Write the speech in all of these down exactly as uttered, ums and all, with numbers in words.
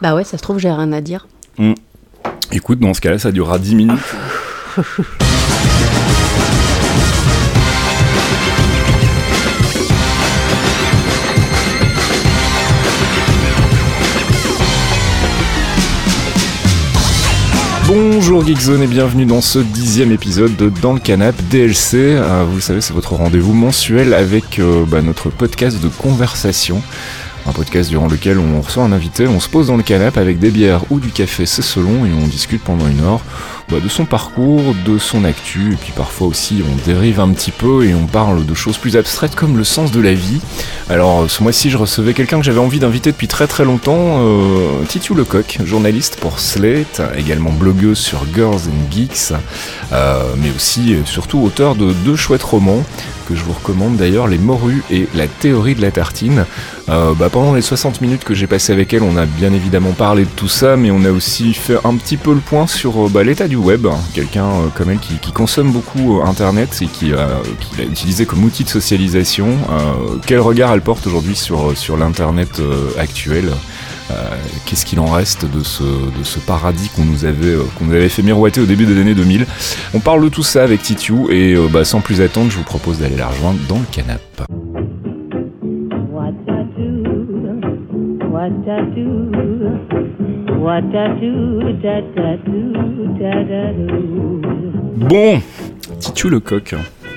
Bah ouais, ça se trouve, j'ai rien à dire. Mmh. Écoute, dans ce cas-là, ça durera dix minutes. Bonjour Geekzone et bienvenue dans ce dixième épisode de Dans le Canap D L C. Euh, vous le savez, c'est votre rendez-vous mensuel avec euh, bah, notre podcast de conversation. Un podcast durant lequel on reçoit un invité, on se pose dans le canapé avec des bières ou du café, c'est selon, et on discute pendant une heure bah, de son parcours, de son actu, et puis parfois aussi on dérive un petit peu et on parle de choses plus abstraites comme le sens de la vie. Alors ce mois-ci je recevais quelqu'un que j'avais envie d'inviter depuis très très longtemps, euh, Titu Lecoq, journaliste pour Slate, également blogueuse sur Girls and Geeks, euh, mais aussi et surtout auteur de deux chouettes romans que je vous recommande d'ailleurs, Les Morues et La Théorie de la Tartine. Euh, bah, pendant les soixante minutes que j'ai passées avec elle, on a bien évidemment parlé de tout ça, mais on a aussi fait un petit peu le point sur bah, l'état du web. Quelqu'un euh, comme elle qui, qui consomme beaucoup euh, Internet et qui, euh, qui l'a utilisé comme outil de socialisation. Euh, quel regard elle porte aujourd'hui sur, sur l'Internet euh, actuel ? Euh, qu'est-ce qu'il en reste de ce, de ce paradis qu'on nous, avait, euh, qu'on nous avait fait miroiter au début des années deux mille. On parle de tout ça avec Titu et euh, bah, sans plus attendre, je vous propose d'aller la rejoindre dans le canap'. What I do, what I do, what I do, da da do, da da do. Bon, Titu Lecoq,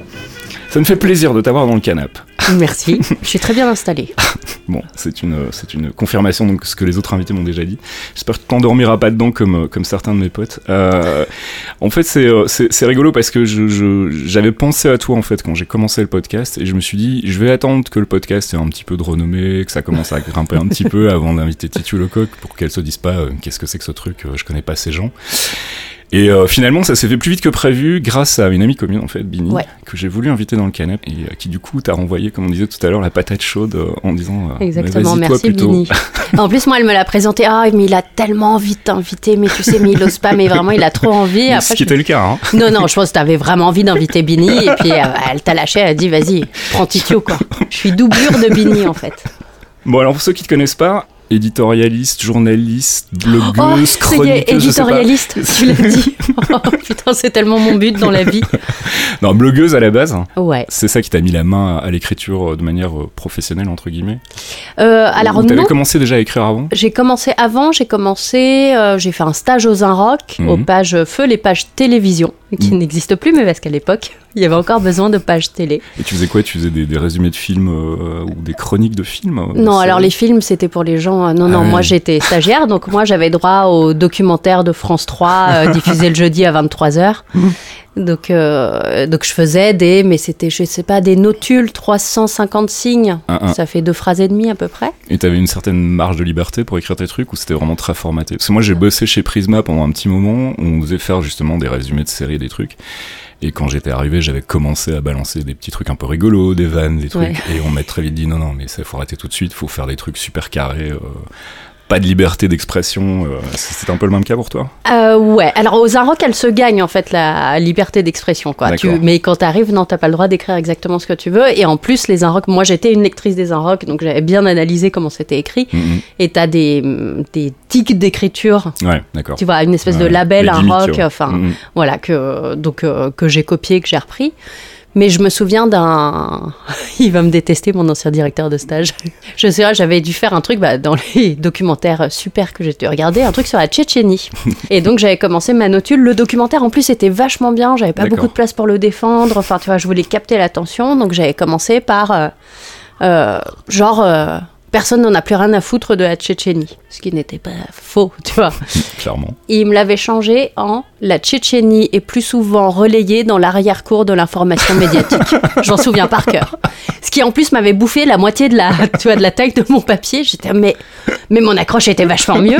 ça me fait plaisir de t'avoir dans le canap'. Merci, je suis très bien installée. Bon, c'est une, c'est une confirmation de ce que les autres invités m'ont déjà dit. J'espère que tu t'endormiras pas dedans comme, comme certains de mes potes. Euh, en fait, c'est, c'est, c'est rigolo parce que je, je, j'avais pensé à toi en fait quand j'ai commencé le podcast et je me suis dit, je vais attendre que le podcast ait un petit peu de renommée, que ça commence à grimper un petit peu avant d'inviter Titu Lecoq pour qu'elle se dise pas euh, qu'est-ce que c'est que ce truc, euh, je connais pas ces gens. Et euh, finalement, ça s'est fait plus vite que prévu grâce à une amie commune, en fait, Bini, ouais. que j'ai voulu inviter dans le canapé et euh, qui, du coup, t'a renvoyé, comme on disait tout à l'heure, la patate chaude euh, en disant euh, exactement, vas-y, merci toi, plutôt. Bini. En plus, moi, elle me l'a présenté. Ah, mais il a tellement envie de t'inviter, mais tu sais, mais il ose pas, mais vraiment, il a trop envie. Après, ce qui était me... le cas, hein. Non, non, je pense que t'avais vraiment envie d'inviter Bini et puis euh, elle t'a lâché, elle a dit, vas-y, prends Titu, quoi. Je suis doublure de Bini, en fait. Bon, alors, pour ceux qui te connaissent pas, éditorialiste, journaliste, blogueuse, oh, chroniqueuse, éditorialiste, tu l'as dit. Oh, putain, c'est tellement mon but dans la vie. Non, blogueuse à la base. Ouais. C'est ça qui t'a mis la main à l'écriture de manière professionnelle, entre guillemets. Euh, alors Ou t'avais non. commencé déjà à écrire avant ? J'ai commencé avant, j'ai commencé, euh, j'ai fait un stage aux Inrock, mmh. aux pages Feu, les pages télévision, qui mmh. n'existent plus, mais parce qu'à l'époque, il y avait encore besoin de pages télé. Et tu faisais quoi ? Tu faisais des, des résumés de films euh, ou des chroniques de films euh, Non, alors les films, c'était pour les gens... Euh, non, ah non, ouais. Moi j'étais stagiaire, donc moi j'avais droit au documentaire de France trois, euh, diffusé le jeudi à vingt-trois heures. Mmh. Donc, euh, donc je faisais des... Mais c'était, je sais pas, des notules, trois cent cinquante signes. Ah, ah. Ça fait deux phrases et demie à peu près. Et t'avais une certaine marge de liberté pour écrire tes trucs ou c'était vraiment très formaté ? Parce que moi j'ai bossé chez Prisma pendant un petit moment, on faisait faire justement des résumés de séries, des trucs. Et quand j'étais arrivé, j'avais commencé à balancer des petits trucs un peu rigolos, des vannes, des trucs. Ouais. Et on m'a très vite dit non, non, mais ça faut arrêter tout de suite, faut faire des trucs super carrés. Euh, pas de liberté d'expression. Euh, c'était un peu le même cas pour toi ? euh, Ouais. Alors aux Inrock, elle se gagne en fait la liberté d'expression, quoi. Tu, mais quand t'arrives, non, t'as pas le droit d'écrire exactement ce que tu veux. Et en plus, les Inrock, moi j'étais une lectrice des Inrock, donc j'avais bien analysé comment c'était écrit. Mm-hmm. Et t'as des, des tics d'écriture. Ouais, d'accord. Tu vois, une espèce ouais, de label Inrock, enfin, mm-hmm. voilà, que, donc, euh, que j'ai copié, que j'ai repris. Mais je me souviens d'un... Il va me détester, mon ancien directeur de stage. Je sais, j'avais dû faire un truc bah, dans les documentaires super que j'ai dû regarder, un truc sur la Tchétchénie. Et donc, j'avais commencé ma notule. Le documentaire, en plus, était vachement bien. J'avais pas D'accord. beaucoup de place pour le défendre. Enfin, tu vois, je voulais capter l'attention. Donc, j'avais commencé par... Euh, euh, genre... Euh, personne n'en a plus rien à foutre de la Tchétchénie. Ce qui n'était pas faux, tu vois. Clairement. Et il me l'avait changé en « La Tchétchénie est plus souvent relayée dans l'arrière-cour de l'information médiatique ». J'en souviens par cœur. Ce qui, en plus, m'avait bouffé la moitié de la, tu vois, de la taille de mon papier. J'étais « Mais, mais mon accroche était vachement mieux ».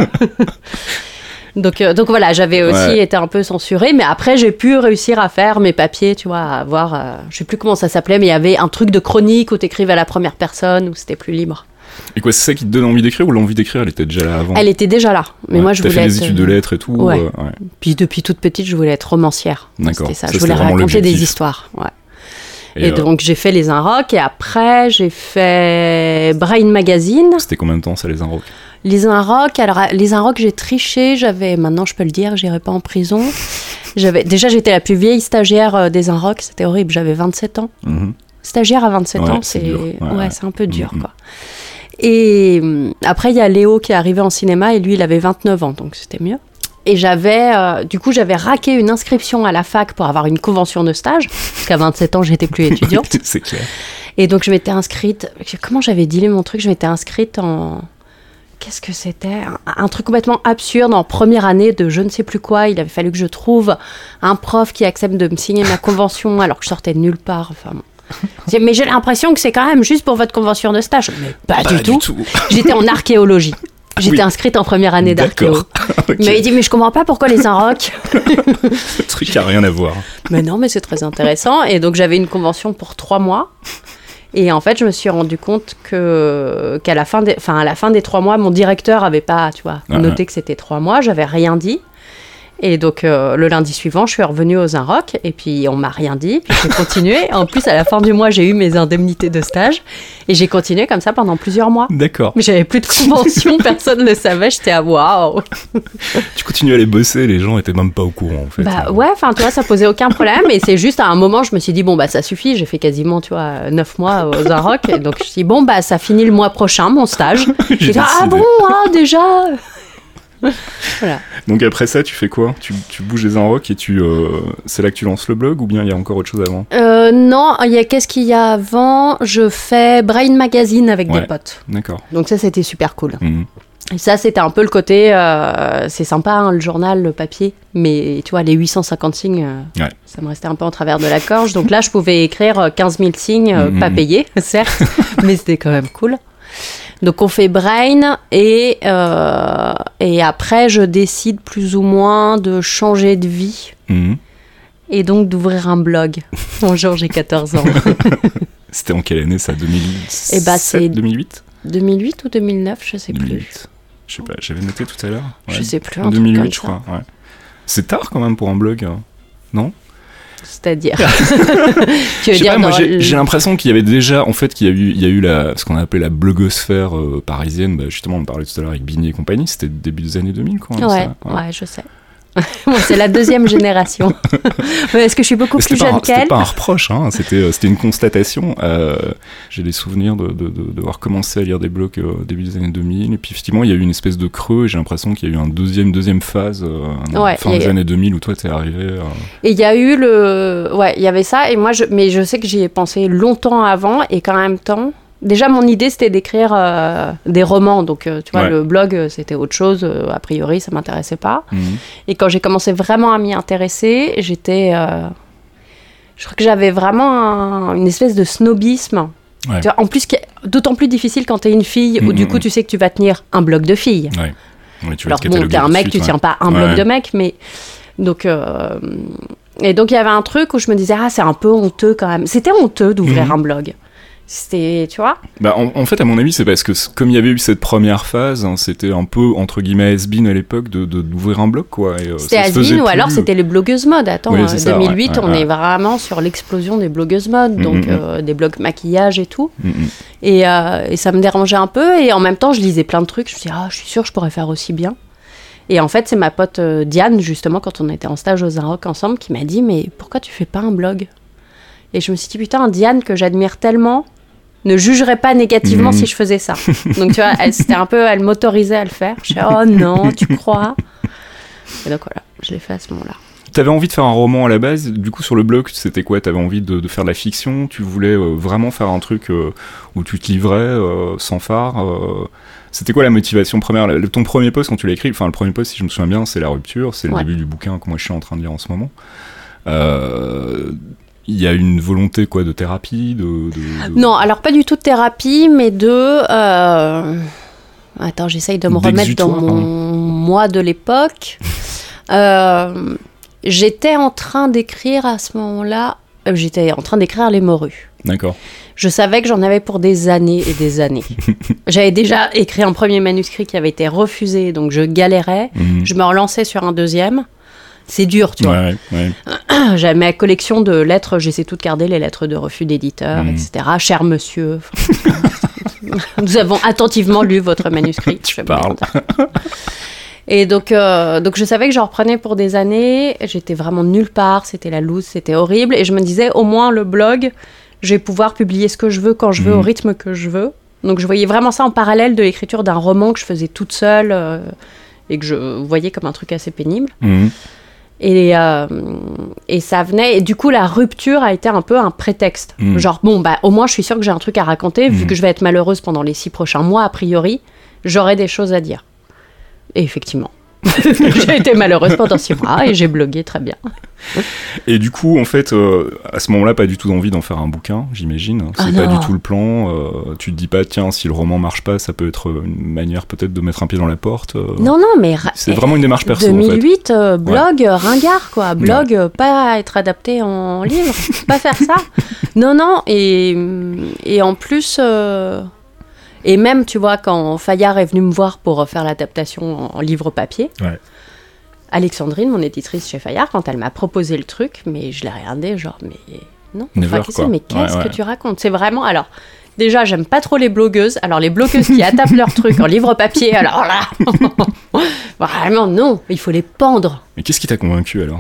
Donc, euh, donc voilà, j'avais aussi ouais. été un peu censurée, mais après j'ai pu réussir à faire mes papiers, tu vois, à avoir, euh, je sais plus comment ça s'appelait, mais il y avait un truc de chronique où t'écrivais à la première personne, où c'était plus libre. Et quoi, c'est ça qui te donne envie d'écrire ou l'envie d'écrire, elle était déjà là avant ? Elle était déjà là, mais ouais. moi je T'as voulais fait être... des études de lettres et tout Ouais. Euh, ouais. Puis depuis toute petite, je voulais être romancière. D'accord. C'était ça, ça je voulais raconter l'objectif. des histoires, ouais. Et, et euh... donc j'ai fait les Inrock et après j'ai fait Brain Magazine. C'était combien de temps ça, les Inrock ? Les Inrocks, alors les Inrocks, j'ai triché. J'avais, maintenant je peux le dire, j'irai pas en prison. J'avais, déjà, j'étais la plus vieille stagiaire des Inrocks. C'était horrible. J'avais vingt-sept ans. Mm-hmm. Stagiaire à vingt-sept ouais, ans, c'est, c'est, dur. Ouais, ouais, ouais. c'est un peu dur, mm-hmm. quoi. Et après, il y a Léo qui est arrivé en cinéma et lui, il avait vingt-neuf ans, donc c'était mieux. Et j'avais, euh, du coup, j'avais raqué une inscription à la fac pour avoir une convention de stage, parce qu'à vingt-sept ans, j'étais plus étudiante. C'est clair. Et donc, je m'étais inscrite, comment j'avais dealé mon truc ? Je m'étais inscrite en... Qu'est-ce que c'était ? un, un truc complètement absurde en première année de je ne sais plus quoi. Il avait fallu que je trouve un prof qui accepte de me signer ma convention alors que je sortais de nulle part. Enfin, mais j'ai l'impression que c'est quand même juste pour votre convention de stage. Mais pas, pas du, du tout. tout. J'étais en archéologie. J'étais oui. inscrite en première année d'archéo. Okay. Il m'avait dit, mais je comprends pas pourquoi les Inrocks. Ce truc n'a rien à voir. Mais non, mais c'est très intéressant. Et donc, j'avais une convention pour trois mois. Et en fait, je me suis rendu compte que, qu'à la fin des, enfin, à la fin des trois mois, mon directeur avait pas, tu vois, uh-huh. noté que c'était trois mois. J'avais rien dit. Et donc, euh, le lundi suivant, je suis revenue aux Inrocks et puis on m'a rien dit. Puis j'ai continué. En plus, à la fin du mois, j'ai eu mes indemnités de stage et j'ai continué comme ça pendant plusieurs mois. D'accord. Mais j'avais plus de convention, personne ne le savait. J'étais à waouh. Tu continues à aller bosser, les gens étaient même pas au courant en fait. Bah ouais, enfin, tu vois, ça posait aucun problème. Et c'est juste à un moment, je me suis dit, bon, bah ça suffit. J'ai fait quasiment, tu vois, neuf mois aux Inrocks. Et donc, je me suis dit, bon, bah ça finit le mois prochain, mon stage. J'ai dit, ah bon, ah, déjà. Voilà. Donc après ça, tu fais quoi ? tu, tu bouges les Inrocks et tu, euh, c'est là que tu lances le blog ou bien il y a encore autre chose avant ? euh, Non, il y a qu'est-ce qu'il y a avant ? Je fais Brain Magazine avec ouais, des potes. D'accord. Donc ça, c'était super cool. Mmh. Et ça, c'était un peu le côté, euh, c'est sympa, hein, le journal, le papier, mais tu vois, les huit cent cinquante signes, euh, ouais. ça me restait un peu en travers de la gorge. Donc là, je pouvais écrire quinze mille signes, euh, mmh. pas payés, certes, mais c'était quand même cool. Donc on fait Brain et, euh, et après je décide plus ou moins de changer de vie mmh. et donc d'ouvrir un blog. Bonjour, j'ai quatorze ans. C'était en quelle année ça ? deux mille sept, et bah, c'est deux mille huit deux mille huit ou deux mille neuf, je sais deux mille huit. Plus. Je sais pas, j'avais noté tout à l'heure. Ouais. Je sais plus. En deux mille huit, je crois. Ouais. C'est tard quand même pour un blog, hein. Non ? C'est-à-dire tu veux dire pas, moi, j'ai, j'ai l'impression qu'il y avait déjà, en fait, qu'il y a eu, il y a eu la, ce qu'on a appelé la blogosphère euh, parisienne. Bah, justement, on parlait tout à l'heure avec Bigny et compagnie. C'était début des années deux mille, quoi. Hein, ouais, ça. Ouais, ouais, je sais. Bon, c'est la deuxième génération. Mais est-ce que je suis beaucoup plus jeune un, qu'elle ? C'était pas un reproche, hein, c'était, c'était une constatation. Euh, j'ai des souvenirs de, de, de, d'avoir commencé à lire des blogs au euh, début des années deux mille. Et puis effectivement, il y a eu une espèce de creux. Et j'ai l'impression qu'il y a eu une deuxième, deuxième phase, euh, ouais, fin des a... années deux mille, où toi, t'es arrivé. Euh... Et il y a eu le. Ouais, il y avait ça. Et moi, je... mais je sais que j'y ai pensé longtemps avant. Et qu'en même temps. Déjà, mon idée, c'était d'écrire euh, des romans. Donc, euh, tu vois, ouais. le blog, c'était autre chose. Euh, a priori, ça ne m'intéressait pas. Mmh. Et quand j'ai commencé vraiment à m'y intéresser, j'étais... Euh, je crois que j'avais vraiment un, une espèce de snobisme. Ouais. Tu vois, en plus, d'autant plus difficile quand tu es une fille, mmh, où du coup, tu sais que tu vas tenir un blog de filles. Ouais. Ouais, tu vas Alors, bon, tu es un mec, suite, tu ne ouais. tiens pas un blog ouais. de mec, mais... Donc... Euh, et donc, il y avait un truc où je me disais, ah, c'est un peu honteux quand même. C'était honteux d'ouvrir mmh. un blog. C'était, tu vois bah, en, en fait, à mon avis, c'est parce que comme il y avait eu cette première phase, hein, c'était un peu, entre guillemets, has-been à l'époque de, de, d'ouvrir un blog, quoi. Et, euh, c'était has-been ou alors c'était les blogueuses mode. Attends, oui, euh, deux mille huit, ouais, on ouais, est ouais. vraiment sur l'explosion des blogueuses mode, donc mm-hmm. euh, des blogs maquillage et tout. Mm-hmm. Et, euh, et ça me dérangeait un peu, et en même temps, je lisais plein de trucs. Je me suis dit, ah, je suis sûre, je pourrais faire aussi bien. Et en fait, c'est ma pote euh, Diane, justement, quand on était en stage aux Inrocks ensemble, qui m'a dit, mais pourquoi tu fais pas un blog ? Et je me suis dit, putain, Diane, que j'admire tellement, ne jugerait pas négativement mmh. si je faisais ça. Donc, tu vois, elle, c'était un peu, elle m'autorisait à le faire. Je suis oh non, tu crois ? Et donc, voilà, je l'ai fait à ce moment-là. T'avais envie de faire un roman à la base, du coup, sur le blog, c'était quoi ? T'avais envie de, de faire de la fiction ? Tu voulais euh, vraiment faire un truc euh, où tu te livrais euh, sans phare euh, C'était quoi la motivation première ? le, Ton premier post, quand tu l'as écrit, enfin, le premier post, si je me souviens bien, c'est La Rupture, c'est le ouais. début du bouquin que moi je suis en train de lire en ce moment. Euh... Il y a une volonté quoi de thérapie de, de, de... Non, alors pas du tout de thérapie, mais de... Euh... Attends, j'essaye de me remettre dans mon moi de l'époque. euh, j'étais en train d'écrire à ce moment-là... Euh, j'étais en train d'écrire Les Morues. D'accord. Je savais que j'en avais pour des années et des années. J'avais déjà écrit un premier manuscrit qui avait été refusé, donc je galérais. Mmh. Je me relançais sur un deuxième. C'est dur, tu vois. Ouais, ouais. J'avais ma collection de lettres, j'essaie toutes garder, les lettres de refus d'éditeur, mmh. et cetera. Cher monsieur. Nous avons attentivement lu votre manuscrit. Tu parles. Et donc, euh, donc, je savais que j'en reprenais pour des années. J'étais vraiment nulle part. C'était la loose, c'était horrible. Et je me disais, au moins, le blog, je vais pouvoir publier ce que je veux, quand je veux, mmh. au rythme que je veux. Donc, je voyais vraiment ça en parallèle de l'écriture d'un roman que je faisais toute seule euh, et que je voyais comme un truc assez pénible. Mmh. Et, euh, et ça venait... Et du coup, la rupture a été un peu un prétexte. Mmh. Genre, bon, bah, au moins, je suis sûre que j'ai un truc à raconter. Mmh. Vu que je vais être malheureuse pendant les six prochains mois, a priori, j'aurai des choses à dire. Et effectivement, j'ai été malheureuse pendant six mois et j'ai blogué très bien. Et du coup, en fait, euh, à ce moment-là, pas du tout envie d'en faire un bouquin, j'imagine. C'est ah pas du tout le plan. Euh, tu te dis pas, tiens, si le roman marche pas, ça peut être une manière peut-être de mettre un pied dans la porte. Euh, non, non, mais... Ra- c'est vraiment une démarche perso, deux mille huit, en fait. euh, blog, ouais. ringard, quoi. Blog, ouais. pas être adapté en livre, pas faire ça. Non, non, et, et en plus... Euh... Et même, tu vois, quand Fayard est venu me voir pour faire l'adaptation en livre papier, ouais. Alexandrine, mon éditrice chez Fayard, quand elle m'a proposé le truc, mais je l'ai regardé, genre, mais non, Never, qu'est-ce que, mais qu'est-ce ouais, que ouais. tu racontes ? C'est vraiment, alors, déjà, j'aime pas trop les blogueuses. Alors, les blogueuses qui attaquent leur truc en livre papier, alors là, vraiment, non, il faut les pendre. Mais qu'est-ce qui t'a convaincu, alors ?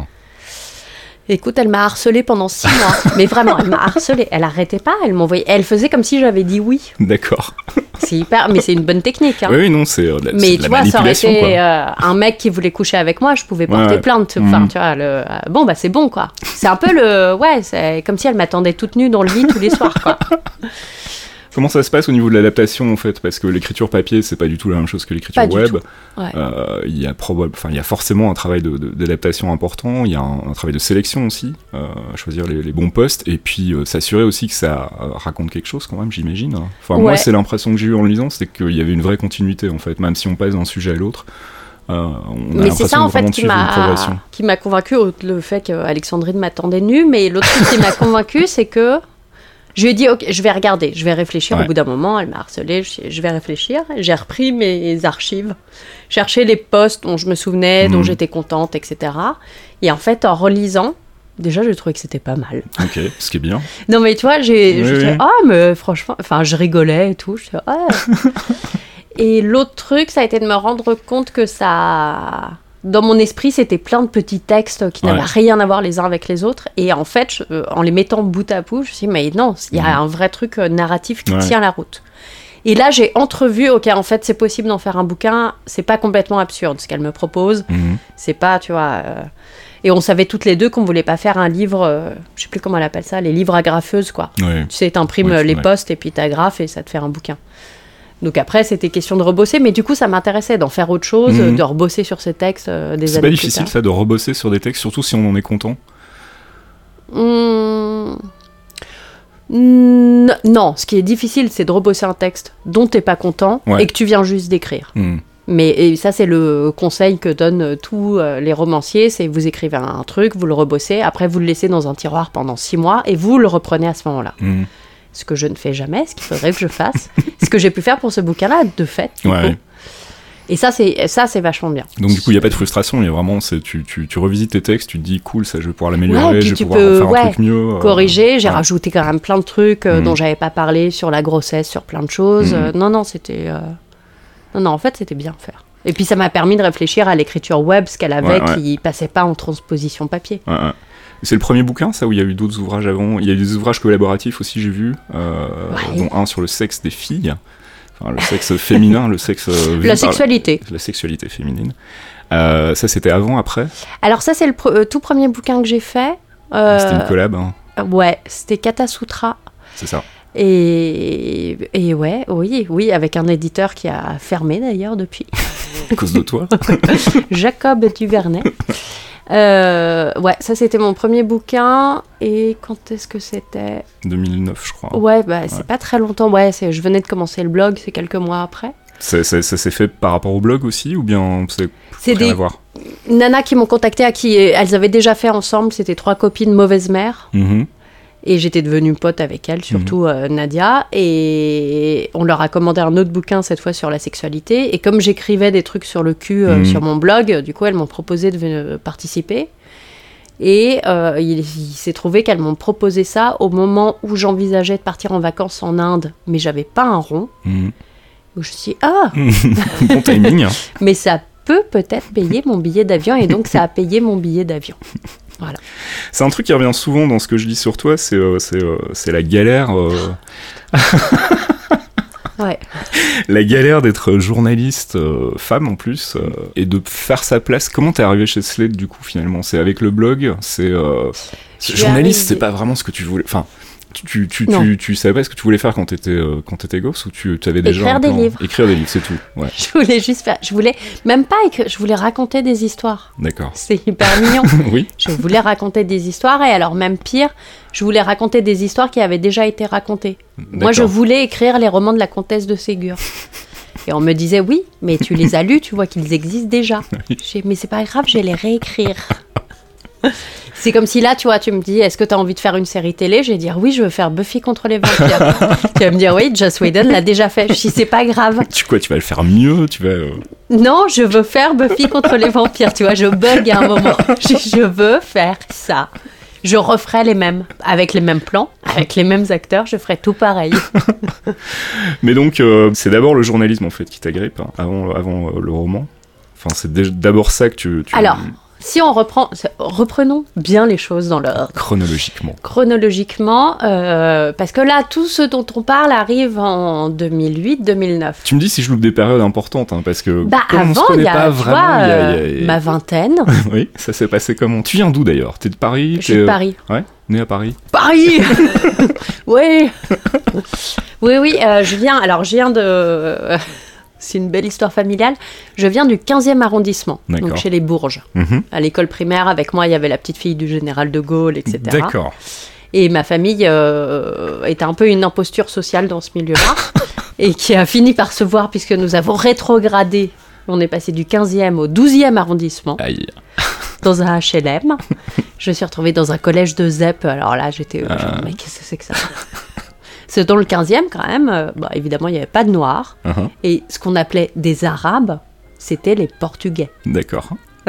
Écoute, elle m'a harcelée pendant six mois. Mais vraiment, elle m'a harcelée. Elle arrêtait pas, elle m'envoyait. Elle faisait comme si j'avais dit oui. D'accord. C'est hyper... Mais c'est une bonne technique. Hein. Oui, oui, non, c'est, euh, de la, mais c'est de tu la vois, manipulation. Ça aurait été quoi. Euh, un mec qui voulait coucher avec moi, je pouvais porter ouais, ouais. plainte. Enfin, mmh. tu vois, le... euh, bon, bah c'est bon, quoi. C'est un peu le... Ouais, c'est comme si elle m'attendait toute nue dans le lit tous les soirs, quoi. Comment ça se passe au niveau de l'adaptation, en fait ? Parce que l'écriture papier, c'est pas du tout la même chose que l'écriture pas web. Ouais. Euh, il y a probable, enfin, il y a forcément un travail de, de, d'adaptation important. Il y a un, un travail de sélection aussi, euh, choisir les, les bons postes, et puis euh, s'assurer aussi que ça euh, raconte quelque chose, quand même, j'imagine. Enfin, ouais. Moi, c'est l'impression que j'ai eue en le lisant, c'est qu'il y avait une vraie continuité, en fait, même si on passe d'un sujet à l'autre. Euh, on a mais c'est ça en fait qui m'a, qui m'a convaincu, le fait qu'Alexandrine m'attendait nue, mais l'autre truc qui m'a convaincu, c'est que je lui ai dit, ok, je vais regarder, je vais réfléchir. Ouais. Au bout d'un moment, elle m'a harcelée, je, je vais réfléchir. J'ai repris mes archives, cherché les posts dont je me souvenais, mmh. dont j'étais contente, et cetera. Et en fait, en relisant, déjà, j'ai trouvé que c'était pas mal. Ok, ce qui est bien. Non, mais tu vois, j'ai, oui, je disais, ah, oh, mais franchement, enfin, je rigolais et tout. Je disais, ouais. Et l'autre truc, ça a été de me rendre compte que ça... Dans mon esprit, c'était plein de petits textes qui n'avaient ouais. rien à voir les uns avec les autres. Et en fait, je, en les mettant bout à bout, je me suis dit, mais non, il y a mmh. un vrai truc narratif qui ouais. tient la route. Et là, j'ai entrevu, ok, en fait, c'est possible d'en faire un bouquin. C'est pas complètement absurde, ce qu'elle me propose. Mmh. C'est pas, tu vois... Euh... Et on savait toutes les deux qu'on voulait pas faire un livre, euh, je sais plus comment elle appelle ça, les livres agrafeuses, quoi. Ouais. Tu sais, t'imprimes ouais, les ouais. postes et puis t'agrafes et ça te fait un bouquin. Donc après, c'était question de rebosser, mais du coup, ça m'intéressait d'en faire autre chose, mmh. de rebosser sur ces textes euh, des c'est années pas difficile, ça, de rebosser sur des textes, surtout si on en est content mmh... N- Non, ce qui est difficile, c'est de rebosser un texte dont t'es pas content ouais. et que tu viens juste d'écrire. Mmh. Mais et ça, c'est le conseil que donnent tous euh, les romanciers, c'est vous écrivez un, un truc, vous le rebossez, après vous le laissez dans un tiroir pendant six mois et vous le reprenez à ce moment-là. Mmh. Ce que je ne fais jamais, ce qu'il faudrait que je fasse, ce que j'ai pu faire pour ce bouquin-là, de fait. Ouais. Et ça c'est, ça, c'est vachement bien. Donc du coup, il n'y a pas de frustration, il y a vraiment, c'est, tu, tu, tu revisites tes textes, tu te dis, cool, ça, je vais pouvoir l'améliorer, ouais, je vais tu pouvoir peux, faire ouais, un truc mieux. Corriger, euh, j'ai ouais. rajouté quand même plein de trucs euh, mmh. dont j'avais pas parlé, sur la grossesse, sur plein de choses. Mmh. Euh, non, non, c'était... Euh... Non, non, en fait, c'était bien faire. Et puis ça m'a permis de réfléchir à l'écriture web, ce qu'elle avait, ouais, ouais. qui passait pas en transposition papier. Ouais, ouais. C'est le premier bouquin, ça, où il y a eu d'autres ouvrages avant. Il y a eu des ouvrages collaboratifs aussi, j'ai vu, euh, ouais. dont un sur le sexe des filles, enfin le sexe féminin, le sexe... Euh, la sexualité. La, la sexualité féminine. Euh, ça, c'était avant, après ? Alors ça, c'est le pr- euh, tout premier bouquin que j'ai fait. Euh, c'était une collab, hein. Ouais, c'était Katasutra. C'est ça. Et, et ouais, oui, oui, avec un éditeur qui a fermé d'ailleurs depuis. À cause de toi. Jacob Duvernay. Euh, ouais, ça c'était mon premier bouquin. Et quand est-ce que c'était ? deux mille neuf, je crois. Ouais, bah ouais. C'est pas très longtemps. Ouais, c'est, je venais de commencer le blog, c'est quelques mois après. C'est, c'est, ça s'est fait par rapport au blog aussi, ou bien c'est, c'est rien des à voir ? Nanas qui m'ont contacté, à qui elles avaient déjà fait ensemble. C'était trois copines mauvaises mères. Mm-hmm. Et j'étais devenue pote avec elles, surtout mmh. euh, Nadia. Et on leur a commandé un autre bouquin, cette fois sur la sexualité. Et comme j'écrivais des trucs sur le cul euh, mmh. sur mon blog, du coup, elles m'ont proposé de venir participer. Et euh, il, il s'est trouvé qu'elles m'ont proposé ça au moment où j'envisageais de partir en vacances en Inde, mais j'avais pas un rond. Mmh. Où je me suis dit, ah bon timing. Mais ça peut peut-être payer mon billet d'avion, et donc ça a payé mon billet d'avion. Voilà. C'est un truc qui revient souvent dans ce que je dis sur toi, c'est, euh, c'est, euh, c'est la galère... Euh... Ouais. La galère d'être journaliste euh, femme en plus euh, et de faire sa place. Comment t'es arrivée chez Slate du coup finalement ? C'est avec le blog ? C'est, euh, c'est journaliste, arrivée... c'est pas vraiment ce que tu voulais. Enfin, tu tu tu, tu tu savais pas ce que tu voulais faire quand t'étais euh, quand t'étais gosse ou tu avais déjà écrire des livres. Écrire des livres, c'est tout. Ouais. Je voulais juste faire. Je voulais même pas écrire. Je voulais raconter des histoires. D'accord. C'est hyper mignon. Oui. Je voulais raconter des histoires et alors même pire. Je voulais raconter des histoires qui avaient déjà été racontées. D'accord. Moi, je voulais écrire les romans de la comtesse de Ségur. Et on me disait, oui, mais tu les as lus, tu vois qu'ils existent déjà. Oui. J'ai, mais c'est pas grave, je vais les réécrire. C'est comme si là, tu vois, tu me dis, est-ce que tu as envie de faire une série télé ? Je vais dire, oui, je veux faire Buffy contre les vampires. Tu vas me dire, oui, Joss Whedon l'a déjà fait. Je dis, c'est pas grave. Tu quoi, tu vas le faire mieux, tu vas... Euh... Non, je veux faire Buffy contre les vampires, tu vois, je bug à un moment. Je, je veux faire ça. Je referai les mêmes, avec les mêmes plans, avec les mêmes acteurs, je ferai tout pareil. Mais donc, euh, c'est d'abord le journalisme, en fait, qui t'agrippe, hein, avant, avant euh, le roman. Enfin, c'est d'abord ça que tu... tu... Alors, si on reprend... Reprenons bien les choses dans l'ordre. Chronologiquement. Chronologiquement, euh, parce que là, tout ce dont on parle arrive en deux mille huit deux mille neuf. Tu me dis si je loupe des périodes importantes, hein, parce que bah, comme avant, on se connaît y a, pas vraiment... Vois, y a, y a, y a... ma vingtaine. Oui, ça s'est passé comment ? Tu viens d'où d'ailleurs ? T'es de Paris ? Je suis de Paris. Ouais, né à Paris. Paris. Oui. Oui, oui, euh, je viens... Alors, je viens de... C'est une belle histoire familiale. Je viens du quinzième arrondissement, D'accord. donc chez les Bourges. Mm-hmm. À l'école primaire, avec moi, il y avait la petite fille du général de Gaulle, et cetera. D'accord. Et ma famille euh, était un peu une imposture sociale dans ce milieu-là, et qui a fini par se voir, puisque nous avons rétrogradé. On est passé du quinzième au douzième arrondissement. Aïe. Dans un H L M. Je me suis retrouvée dans un collège de Z E P. Alors là, j'étais... Euh... Genre, mais qu'est-ce que c'est que ça ? C'est dans le quinzième, quand même, euh, bah, évidemment, il n'y avait pas de Noirs. Uh-huh. Et ce qu'on appelait des Arabes, c'était les Portugais. D'accord.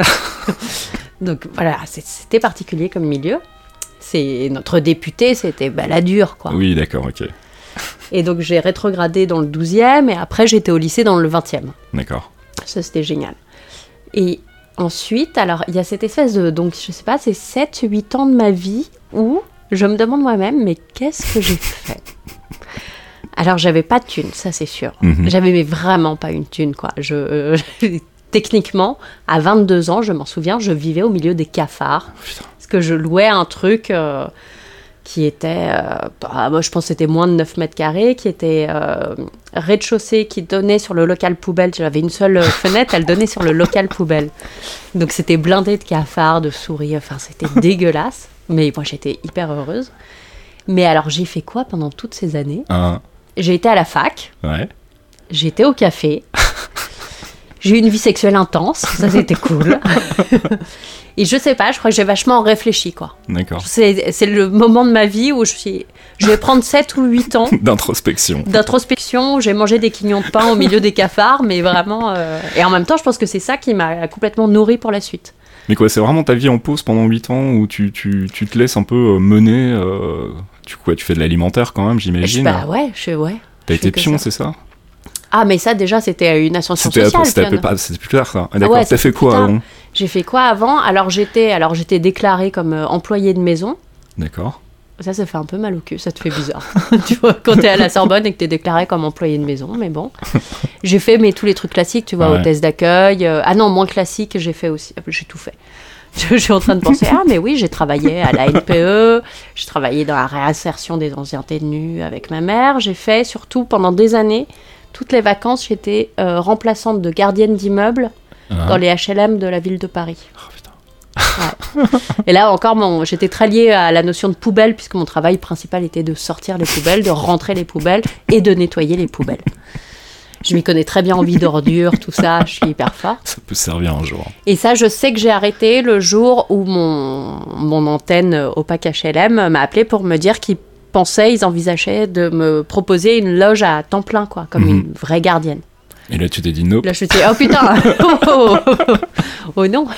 Donc voilà, c'était particulier comme milieu. C'est, notre député, c'était Balladur, quoi. Oui, d'accord, ok. Et donc j'ai rétrogradé dans le douzième, et après j'étais au lycée dans le vingtième. D'accord. Ça, c'était génial. Et ensuite, alors, il y a cette espèce de... Donc, je sais pas, c'est sept huit ans de ma vie où... Je me demande moi-même, mais qu'est-ce que j'ai fait ? Alors, j'avais pas de thune, ça c'est sûr. Mm-hmm. J'avais mais vraiment pas une thune, quoi. Je, euh, techniquement, à vingt-deux ans, je m'en souviens, je vivais au milieu des cafards. Oh, parce que je louais un truc euh, qui était, euh, bah, moi je pense que c'était moins de neuf mètres carrés, qui était euh, rez-de-chaussée, qui donnait sur le local poubelle. J'avais une seule fenêtre, elle donnait sur le local poubelle. Donc, c'était blindé de cafards, de souris, enfin, c'était dégueulasse. Mais moi, j'étais hyper heureuse. Mais alors, j'ai fait quoi pendant toutes ces années ? uh-huh. J'ai été à la fac. Ouais. J'ai été au café. J'ai eu une vie sexuelle intense. Ça, c'était cool. Et je sais pas, je crois que j'ai vachement réfléchi, quoi. D'accord. C'est, c'est le moment de ma vie où je suis... Je vais prendre sept ou huit ans... D'introspection. D'introspection, où j'ai mangé des quignons de pain au milieu des cafards, mais vraiment... Euh... Et en même temps, je pense que c'est ça qui m'a complètement nourrie pour la suite. Mais quoi, c'est vraiment ta vie en pause pendant huit ans où tu, tu, tu te laisses un peu mener euh, tu, quoi, tu fais de l'alimentaire quand même, j'imagine. Bah ouais, je, ouais. T'as été pion, c'est ça ? Ah, mais ça, déjà, c'était une ascension c'était sociale. C'était, c'était, pas, c'était plus tard, ça. Ah, d'accord, ouais, t'as fait quoi avant ? J'ai fait quoi avant ? Alors, j'étais, alors, j'étais déclarée comme euh, employée de maison. D'accord. Ça, ça fait un peu mal au cul, ça te fait bizarre. Tu vois, quand t'es à la Sorbonne et que t'es déclarée comme employée de maison, mais bon. J'ai fait mais, tous les trucs classiques, tu vois, ouais. Hôtesse d'accueil. Euh, ah non, moins classique, j'ai fait aussi. J'ai tout fait. Je suis en train de penser, ah mais oui, j'ai travaillé à la N P E, j'ai travaillé dans la réinsertion des anciens détenus avec ma mère. J'ai fait, surtout, pendant des années, toutes les vacances, j'étais euh, remplaçante de gardienne d'immeuble uh-huh. dans les H L M de la ville de Paris. Oh putain. Ouais. Et là encore, mon, j'étais très liée à la notion de poubelle, puisque mon travail principal était de sortir les poubelles, de rentrer les poubelles et de nettoyer les poubelles. Je m'y connais très bien en vie d'ordures, tout ça, je suis hyper forte. Ça peut servir un jour. Et ça, je sais que j'ai arrêté le jour où mon, mon antenne Opac H L M m'a appelé pour me dire qu'ils pensaient, ils envisageaient de me proposer une loge à temps plein, quoi, comme mmh. une vraie gardienne. Et là, tu t'es dit non. Là, je me suis dit, oh putain, oh, oh, oh, Oh non.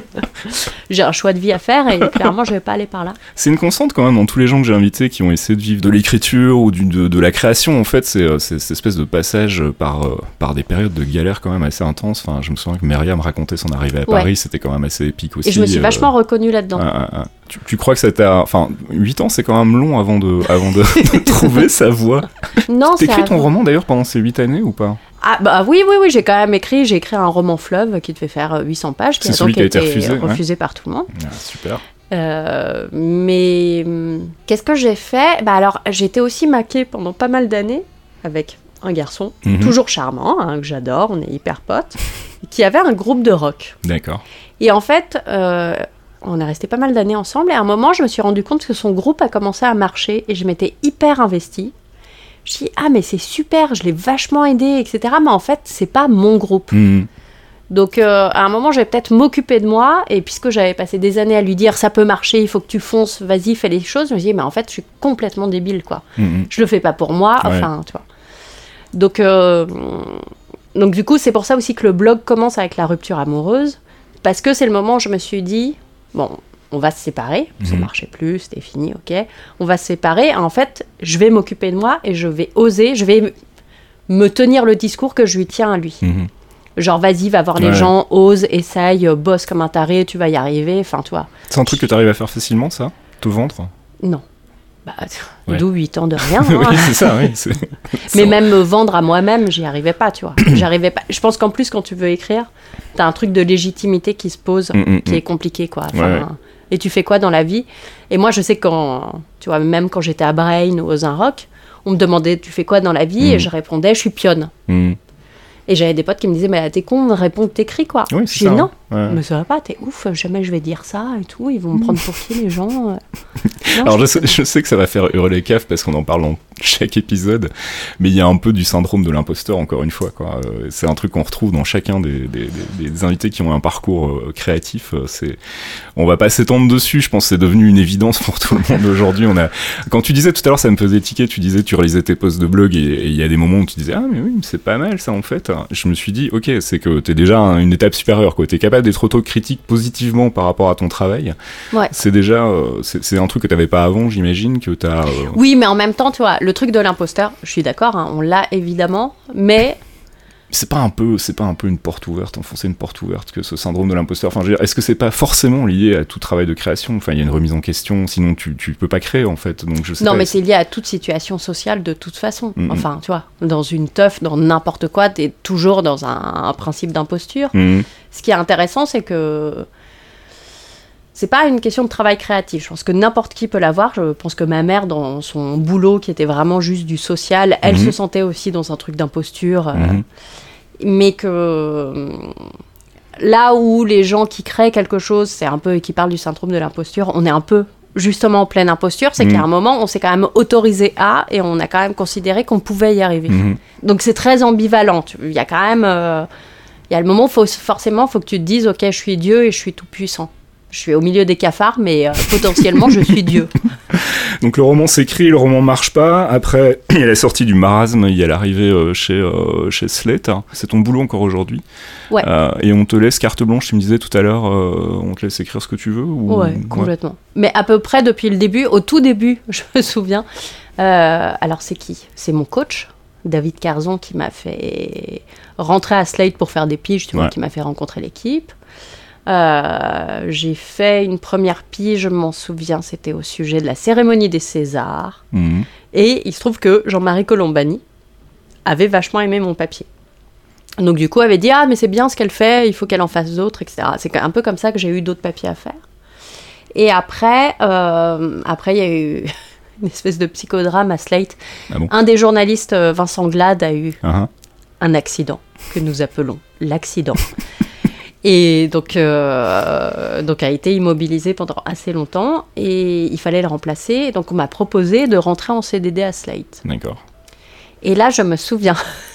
J'ai un choix de vie à faire et clairement, je vais pas aller par là. C'est une constante quand même dans tous les gens que j'ai invités qui ont essayé de vivre de l'écriture ou du, de, de la création. En fait, c'est, c'est cette espèce de passage par, euh, par des périodes de galère quand même assez intenses. Enfin, je me souviens que Myriam racontait son arrivée à Paris, ouais. C'était quand même assez épique aussi. Et je me suis vachement euh, reconnue là-dedans. Ah, ah, ah. Tu, tu crois que ça t'a... Enfin, huit ans, c'est quand même long avant de, avant de, de trouver sa voie. Non, T'écris ça... ton roman d'ailleurs pendant ces huit années ou pas? Ah bah oui, oui, oui, j'ai quand même écrit, j'ai écrit un roman fleuve qui devait faire huit cents pages, qui c'est a donc qui a été été refusé, refusé ouais. par tout le monde. Ah, super. Euh, mais qu'est-ce que j'ai fait? Bah alors, j'étais aussi maquée pendant pas mal d'années avec un garçon, mm-hmm. toujours charmant, hein, que j'adore, on est hyper potes, qui avait un groupe de rock. D'accord. Et en fait, euh, on est resté pas mal d'années ensemble, et à un moment, je me suis rendu compte que son groupe a commencé à marcher, et je m'étais hyper investie. Je dis, ah mais c'est super, je l'ai vachement aidé, et cetera. Mais en fait, c'est pas mon groupe. Mmh. Donc, euh, à un moment, je vais peut-être m'occuper de moi. Et puisque j'avais passé des années à lui dire, ça peut marcher, il faut que tu fonces, vas-y, fais les choses. Je me dis, mais en fait, je suis complètement débile, quoi. Mmh. Je le fais pas pour moi, ouais. enfin, tu vois. Donc, euh, donc, du coup, c'est pour ça aussi que le blog commence avec la rupture amoureuse. Parce que c'est le moment où je me suis dit, bon... on va se séparer, ça ne mmh. marchait plus, c'était fini, ok. On va se séparer, en fait, je vais m'occuper de moi et je vais oser, je vais me tenir le discours que je lui tiens à lui. Mmh. Genre, vas-y, va voir ouais. les gens, ose, essaye, bosse comme un taré, tu vas y arriver, enfin, toi. C'est un truc que tu arrives à faire facilement, ça? Te vendre? Non. Bah, ouais. D'où huit ans de rien. Hein. Oui, c'est ça, oui. C'est... Mais même me vendre à moi-même, j'y arrivais pas, tu vois. J'arrivais pas. Je pense qu'en plus, quand tu veux écrire, t'as un truc de légitimité qui se pose, mmh, qui mmh. est compliqué, quoi. Enfin, ouais, ouais. Et tu fais quoi dans la vie? Et moi, je sais que quand, tu vois, même quand j'étais à Brain ou aux Inrock, on me demandait, tu fais quoi dans la vie? Mmh. Et je répondais, je suis pionne. Mmh. Et j'avais des potes qui me disaient, mais t'es con, réponds que t'écris, quoi. Oui, je dis, non, ouais. mais ça va pas, t'es ouf, jamais je vais dire ça et tout, ils vont me prendre pour qui, les gens? Non, alors, je sais, je sais que ça va faire hurler les caves parce qu'on en parle dans chaque épisode, mais il y a un peu du syndrome de l'imposteur, encore une fois, quoi. C'est un truc qu'on retrouve dans chacun des, des, des, des invités qui ont un parcours euh, créatif. C'est... On va pas s'étendre dessus, je pense que c'est devenu une évidence pour tout le monde aujourd'hui. On a... Quand tu disais tout à l'heure, ça me faisait tiquer, tu disais, tu relisais tes posts de blog et il y a des moments où tu disais, ah, mais oui, c'est pas mal ça, en fait. Je me suis dit, ok, c'est que t'es déjà une étape supérieure, quoi. T'es capable d'être autocritique positivement par rapport à ton travail. Ouais. C'est déjà, euh, c'est, c'est un truc que t'avais pas avant, j'imagine, que t'as... Euh... Oui, mais en même temps, tu vois, le truc de l'imposteur, je suis d'accord, hein, on l'a évidemment, mais... C'est pas un peu, c'est pas un peu une porte ouverte, enfoncer une porte ouverte, que ce syndrome de l'imposteur. Enfin, je veux dire, est-ce que c'est pas forcément lié à tout travail de création? Enfin, il y a une remise en question, sinon tu, tu peux pas créer, en fait. Donc, je sais non, pas, mais c'est... c'est lié à toute situation sociale de toute façon. Mm-hmm. Enfin, tu vois, dans une teuf, dans n'importe quoi, t'es toujours dans un, un principe d'imposture. Mm-hmm. Ce qui est intéressant, c'est que c'est pas une question de travail créatif. Je pense que n'importe qui peut l'avoir. Je pense que ma mère, dans son boulot, qui était vraiment juste du social, elle mmh. se sentait aussi dans un truc d'imposture. Mmh. Euh, mais que là où les gens qui créent quelque chose, c'est un peu, qui parlent du syndrome de l'imposture, on est un peu justement en pleine imposture. C'est mmh. qu'à un moment, on s'est quand même autorisé à, et on a quand même considéré qu'on pouvait y arriver. Mmh. Donc c'est très ambivalent. Il y a quand même... Euh, il y a le moment où faut, forcément, il faut que tu te dises, ok, je suis Dieu et je suis tout puissant. Je suis au milieu des cafards, mais euh, potentiellement, je suis Dieu. Donc le roman s'écrit, le roman marche pas. Après, il y a la sortie du marasme, il y a l'arrivée euh, chez, euh, chez Slate. C'est ton boulot encore aujourd'hui. Ouais. Euh, et on te laisse carte blanche, tu me disais tout à l'heure, euh, on te laisse écrire ce que tu veux ou... Ouais, complètement. Ouais. Mais à peu près depuis le début, au tout début, je me souviens. Euh, alors c'est qui? C'est mon coach, David Carzon, qui m'a fait rentrer à Slate pour faire des piges, tu vois, ouais. qui m'a fait rencontrer l'équipe. Euh, j'ai fait une première pige, je m'en souviens, c'était au sujet de la cérémonie des Césars. Mmh. Et il se trouve que Jean-Marie Colombani avait vachement aimé mon papier. Donc du coup, avait dit « Ah, mais c'est bien ce qu'elle fait, il faut qu'elle en fasse d'autres, et cetera » C'est un peu comme ça que j'ai eu d'autres papiers à faire. Et après, euh, après il y a eu une espèce de psychodrame à Slate. Ah bon? Un des journalistes, Vincent Glade, a eu uh-huh. un accident que nous appelons l'accident. Et donc, euh, donc a été immobilisé pendant assez longtemps et il fallait le remplacer. Donc on m'a proposé de rentrer en C D D à Slate. D'accord. Et là, je me souviens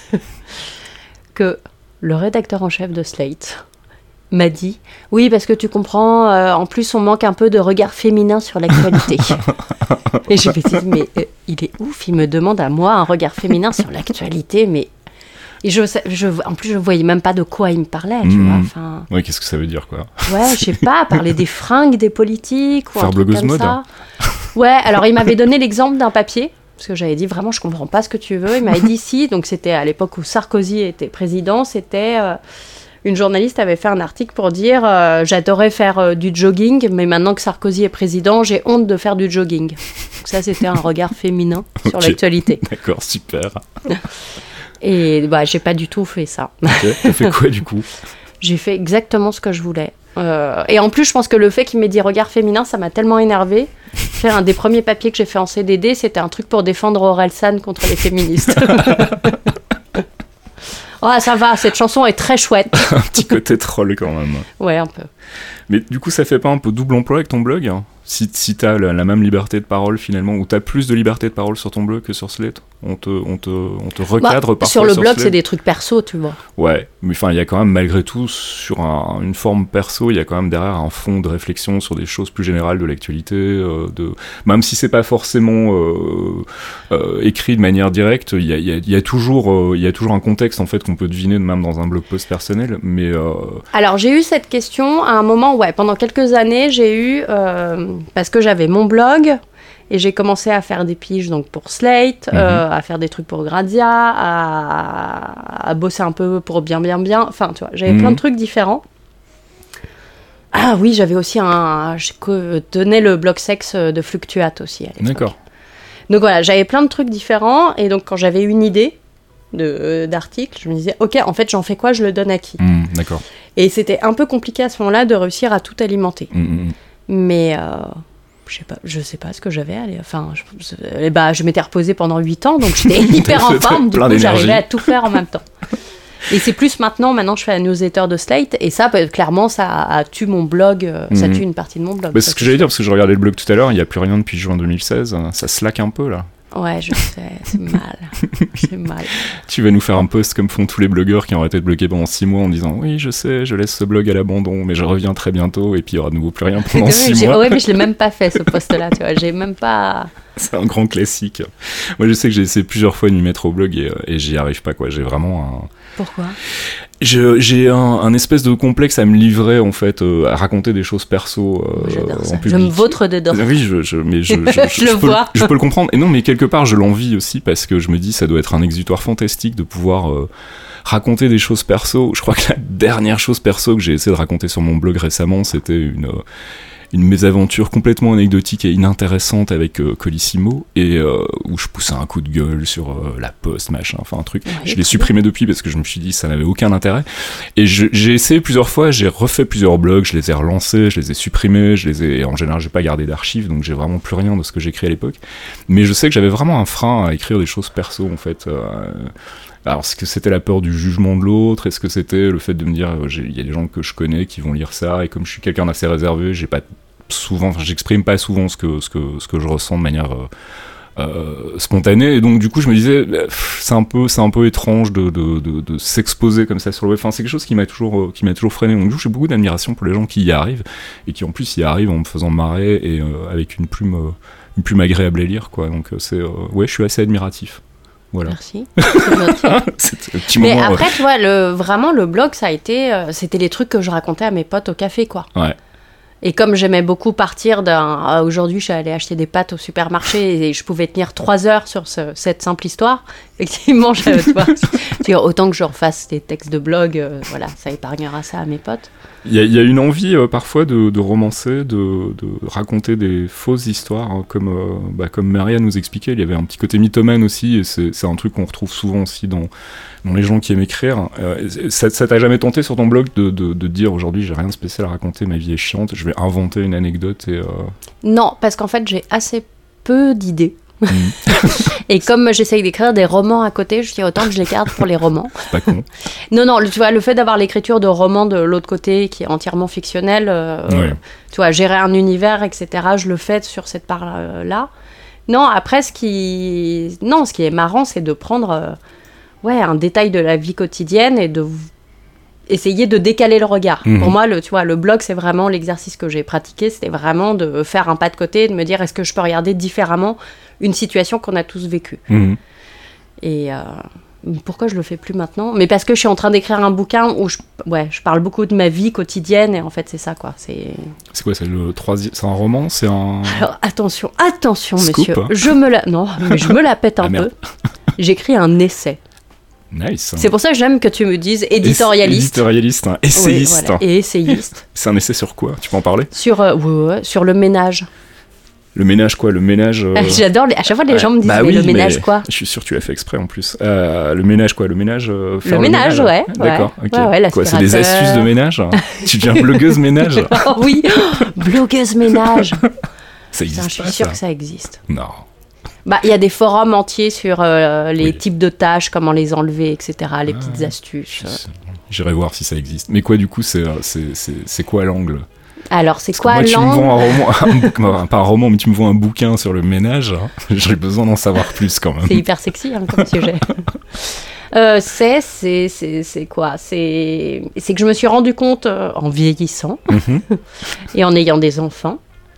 que le rédacteur en chef de Slate m'a dit « Oui, parce que tu comprends, euh, en plus, on manque un peu de regard féminin sur l'actualité. » Et je me suis dit « Mais euh, il est ouf, il me demande à moi un regard féminin sur l'actualité, mais... » Et je, je, en plus, je voyais même pas de quoi il me parlait, tu mmh. vois. Enfin... Oui, qu'est-ce que ça veut dire, quoi? Ouais, je sais pas, parler des fringues, des politiques, ou faire un truc blogueuse comme mode. Ça. Ouais, alors il m'avait donné l'exemple d'un papier, parce que j'avais dit vraiment, je comprends pas ce que tu veux. Il m'avait dit si, donc c'était à l'époque où Sarkozy était président, c'était... Euh, une journaliste avait fait un article pour dire euh, j'adorais faire euh, du jogging, mais maintenant que Sarkozy est président, j'ai honte de faire du jogging. Donc ça, c'était un regard féminin sur okay. l'actualité. D'accord, super. Et bah, j'ai pas du tout fait ça. Ok, t'as fait quoi du coup? J'ai fait exactement ce que je voulais. Euh, et en plus, je pense que le fait qu'il m'ait dit regard féminin, ça m'a tellement énervée. C'est un des premiers papiers que j'ai fait en C D D, c'était un truc pour défendre Orelsan contre les féministes. Oh, ça va, cette chanson est très chouette. Un petit côté troll quand même. Ouais, un peu. Mais du coup, ça fait pas un peu double emploi avec ton blog, hein? Si, si t'as la, la même liberté de parole finalement, ou t'as plus de liberté de parole sur ton blog que sur Slate, on te, on te, on te recadre bah, parfois sur le sur blog, Slate. C'est des trucs perso, tu vois. Ouais, mais enfin, il y a quand même malgré tout sur un, une forme perso, il y a quand même derrière un fond de réflexion sur des choses plus générales de l'actualité, euh, de même si c'est pas forcément euh, euh, écrit de manière directe, il y a, il y a, il y a toujours, euh, il y a toujours un contexte en fait qu'on peut deviner même dans un blog post personnel. Mais euh... alors j'ai eu cette question à un moment, ouais, pendant quelques années, j'ai eu euh, parce que j'avais mon blog. Et j'ai commencé à faire des piges donc pour Slate, mmh. euh, à faire des trucs pour Grazia, à, à bosser un peu pour Bien Bien Bien. Enfin, tu vois, j'avais mmh. plein de trucs différents. Ah oui, j'avais aussi un... Je tenais le blog sexe de Fluctuate aussi à l'époque. D'accord. Donc voilà, j'avais plein de trucs différents. Et donc quand j'avais une idée de, euh, d'article, je me disais, ok, en fait, j'en fais quoi? Je le donne à qui? mmh, D'accord. Et c'était un peu compliqué à ce moment-là de réussir à tout alimenter. Mmh. Mais... Euh, Je sais pas, je sais pas ce que j'avais. Allez, enfin, je, bah, je m'étais reposée pendant huit ans, donc j'étais hyper en forme. Du coup, d'énergie. J'arrivais à tout faire en même temps. Et c'est plus maintenant, maintenant je fais la newsletter de Slate, et ça, bah, clairement, ça a tue mon blog, mmh. ça tue une partie de mon blog. Bah, c'est ce que j'allais dire, parce que je regardais le blog tout à l'heure, il n'y a plus rien depuis juin deux mille seize, ça slack un peu là. Ouais, je sais, c'est mal. c'est mal. Tu vas nous faire un post comme font tous les blogueurs qui ont arrêté de bloguer pendant six mois en disant oui, je sais, je laisse ce blog à l'abandon, mais je reviens très bientôt, et puis il n'y aura de nouveau plus rien pendant six mois. Ouais, mais je l'ai même pas fait ce post-là, tu vois, j'ai même pas. C'est un grand classique. Moi, je sais que j'ai essayé plusieurs fois de m'y mettre au blog et, et j'y arrive pas, quoi. J'ai vraiment un. Pourquoi? Je, j'ai un, un espèce de complexe à me livrer, en fait, euh, à raconter des choses perso euh, J'adore ça. en public. Je me vautre dedans. Oui, je, je, mais je, je, je, je, je, le peux, vois. je peux le comprendre. Et non, mais quelque part, je l'envie aussi parce que je me dis, ça doit être un exutoire fantastique de pouvoir euh, raconter des choses perso. Je crois que la dernière chose perso que j'ai essayé de raconter sur mon blog récemment, c'était une... Euh, une mésaventure complètement anecdotique et inintéressante avec euh, Colissimo, et euh, où je poussais un coup de gueule sur euh, la poste, machin, enfin un truc. Ouais, je l'ai supprimé depuis parce que je me suis dit ça n'avait aucun intérêt. Et je, j'ai essayé plusieurs fois, j'ai refait plusieurs blogs, je les ai relancés, je les ai supprimés, je les ai, et en général j'ai pas gardé d'archives, donc j'ai vraiment plus rien de ce que j'écris à l'époque. Mais je sais que j'avais vraiment un frein à écrire des choses perso en fait. Euh, Alors, est-ce que c'était la peur du jugement de l'autre? Est-ce que c'était le fait de me dire, il y a des gens que je connais qui vont lire ça, et comme je suis quelqu'un d'assez réservé, j'ai pas souvent, enfin, j'exprime pas souvent ce que, ce que, ce que je ressens de manière euh, euh, spontanée, et donc du coup je me disais, c'est un peu, c'est un peu étrange de, de, de, de s'exposer comme ça sur le web. Enfin, c'est quelque chose qui m'a toujours, euh, qui m'a toujours freiné. Donc du coup, j'ai beaucoup d'admiration pour les gens qui y arrivent, et qui en plus y arrivent en me faisant marrer, et euh, avec une plume, euh, une plume agréable à lire, quoi. Donc c'est, euh, ouais, je suis assez admiratif. Voilà. Merci. C'est un petit moment. Mais après, ouais. Tu vois, le, vraiment, le blog, ça a été, euh, c'était les trucs que je racontais à mes potes au café, quoi. Ouais. Et comme j'aimais beaucoup partir d'un... Ah, aujourd'hui, je suis allée acheter des pâtes au supermarché et je pouvais tenir trois heures sur ce, cette simple histoire. Effectivement, je, tu vois, tu vois, autant que je refasse des textes de blog, euh, voilà, ça épargnera ça à mes potes. Il y, y a une envie euh, parfois de, de romancer, de, de raconter des fausses histoires, hein, comme, euh, bah, comme Maria nous expliquait. Il y avait un petit côté mythomane aussi, et c'est, c'est un truc qu'on retrouve souvent aussi dans, dans les gens qui aiment écrire. Euh, ça, ça t'a jamais tenté sur ton blog de, de, de dire aujourd'hui j'ai rien de spécial à raconter, ma vie est chiante, je vais inventer une anecdote et... Euh... Non, parce qu'en fait j'ai assez peu d'idées. Mmh. Et comme j'essaye d'écrire des romans à côté, je dis autant que je les garde pour les romans. C'est pas con. Non, non, tu vois, le fait d'avoir l'écriture de romans de l'autre côté qui est entièrement fictionnel, euh, ouais. Tu vois, gérer un univers, et cetera, je le fais sur cette part-là. Non, après, ce qui, non, ce qui est marrant, c'est de prendre euh, ouais, un détail de la vie quotidienne et de essayer de décaler le regard. Mmh. Pour moi, le, tu vois, le blog, c'est vraiment l'exercice que j'ai pratiqué, c'était vraiment de faire un pas de côté, de me dire, est-ce que je peux regarder différemment une situation qu'on a tous vécue. Mmh. Et, euh, Pourquoi je le fais plus maintenant ? Mais parce que je suis en train d'écrire un bouquin où je, ouais, je parle beaucoup de ma vie quotidienne et en fait c'est ça quoi. C'est, c'est quoi, c'est le troisième, c'est un roman, c'est un. Alors attention, attention Scoop, monsieur, hein. je me la, non, mais je me la pète un ah, peu. J'écris un essai. Nice. C'est pour ça que j'aime que tu me dises éditorialiste. Éditorialiste, hein. Essayiste. Oui, voilà. Et essayiste. C'est un essai sur quoi ? Tu peux en parler ? Sur, euh, ouais, ouais, sur le ménage. Le ménage quoi ? Le ménage... Euh... J'adore, les... à chaque fois les ouais. gens me disent bah mais oui, le ménage mais quoi ? Je suis sûr que tu l'as fait exprès en plus. Euh, le ménage quoi ? Le ménage euh, faire Le ménage, le ouais. D'accord, ouais. ok. Ouais, ouais, quoi, c'est des astuces de ménage ? Tu deviens blogueuse ménage ? Oh oui, blogueuse ménage. Ça existe. Putain, pas, je suis sûre ça. que ça existe. Non. Bah, il y a des forums entiers sur euh, les oui. types de tâches, comment les enlever, et cetera. Les ah, petites astuces. Je, j'irai voir si ça existe. Mais quoi, du coup, c'est, c'est, c'est, c'est quoi l'angle ? Alors, c'est Parce quoi moi, l'angle ? Tu me vends un roman, un, pas un roman, mais tu me vends un bouquin sur le ménage. Hein. J'ai besoin d'en savoir plus quand même. C'est hyper sexy hein, comme sujet. euh, c'est, c'est, c'est, c'est quoi ? c'est, c'est que je me suis rendu compte euh, en vieillissant mm-hmm. et en ayant des enfants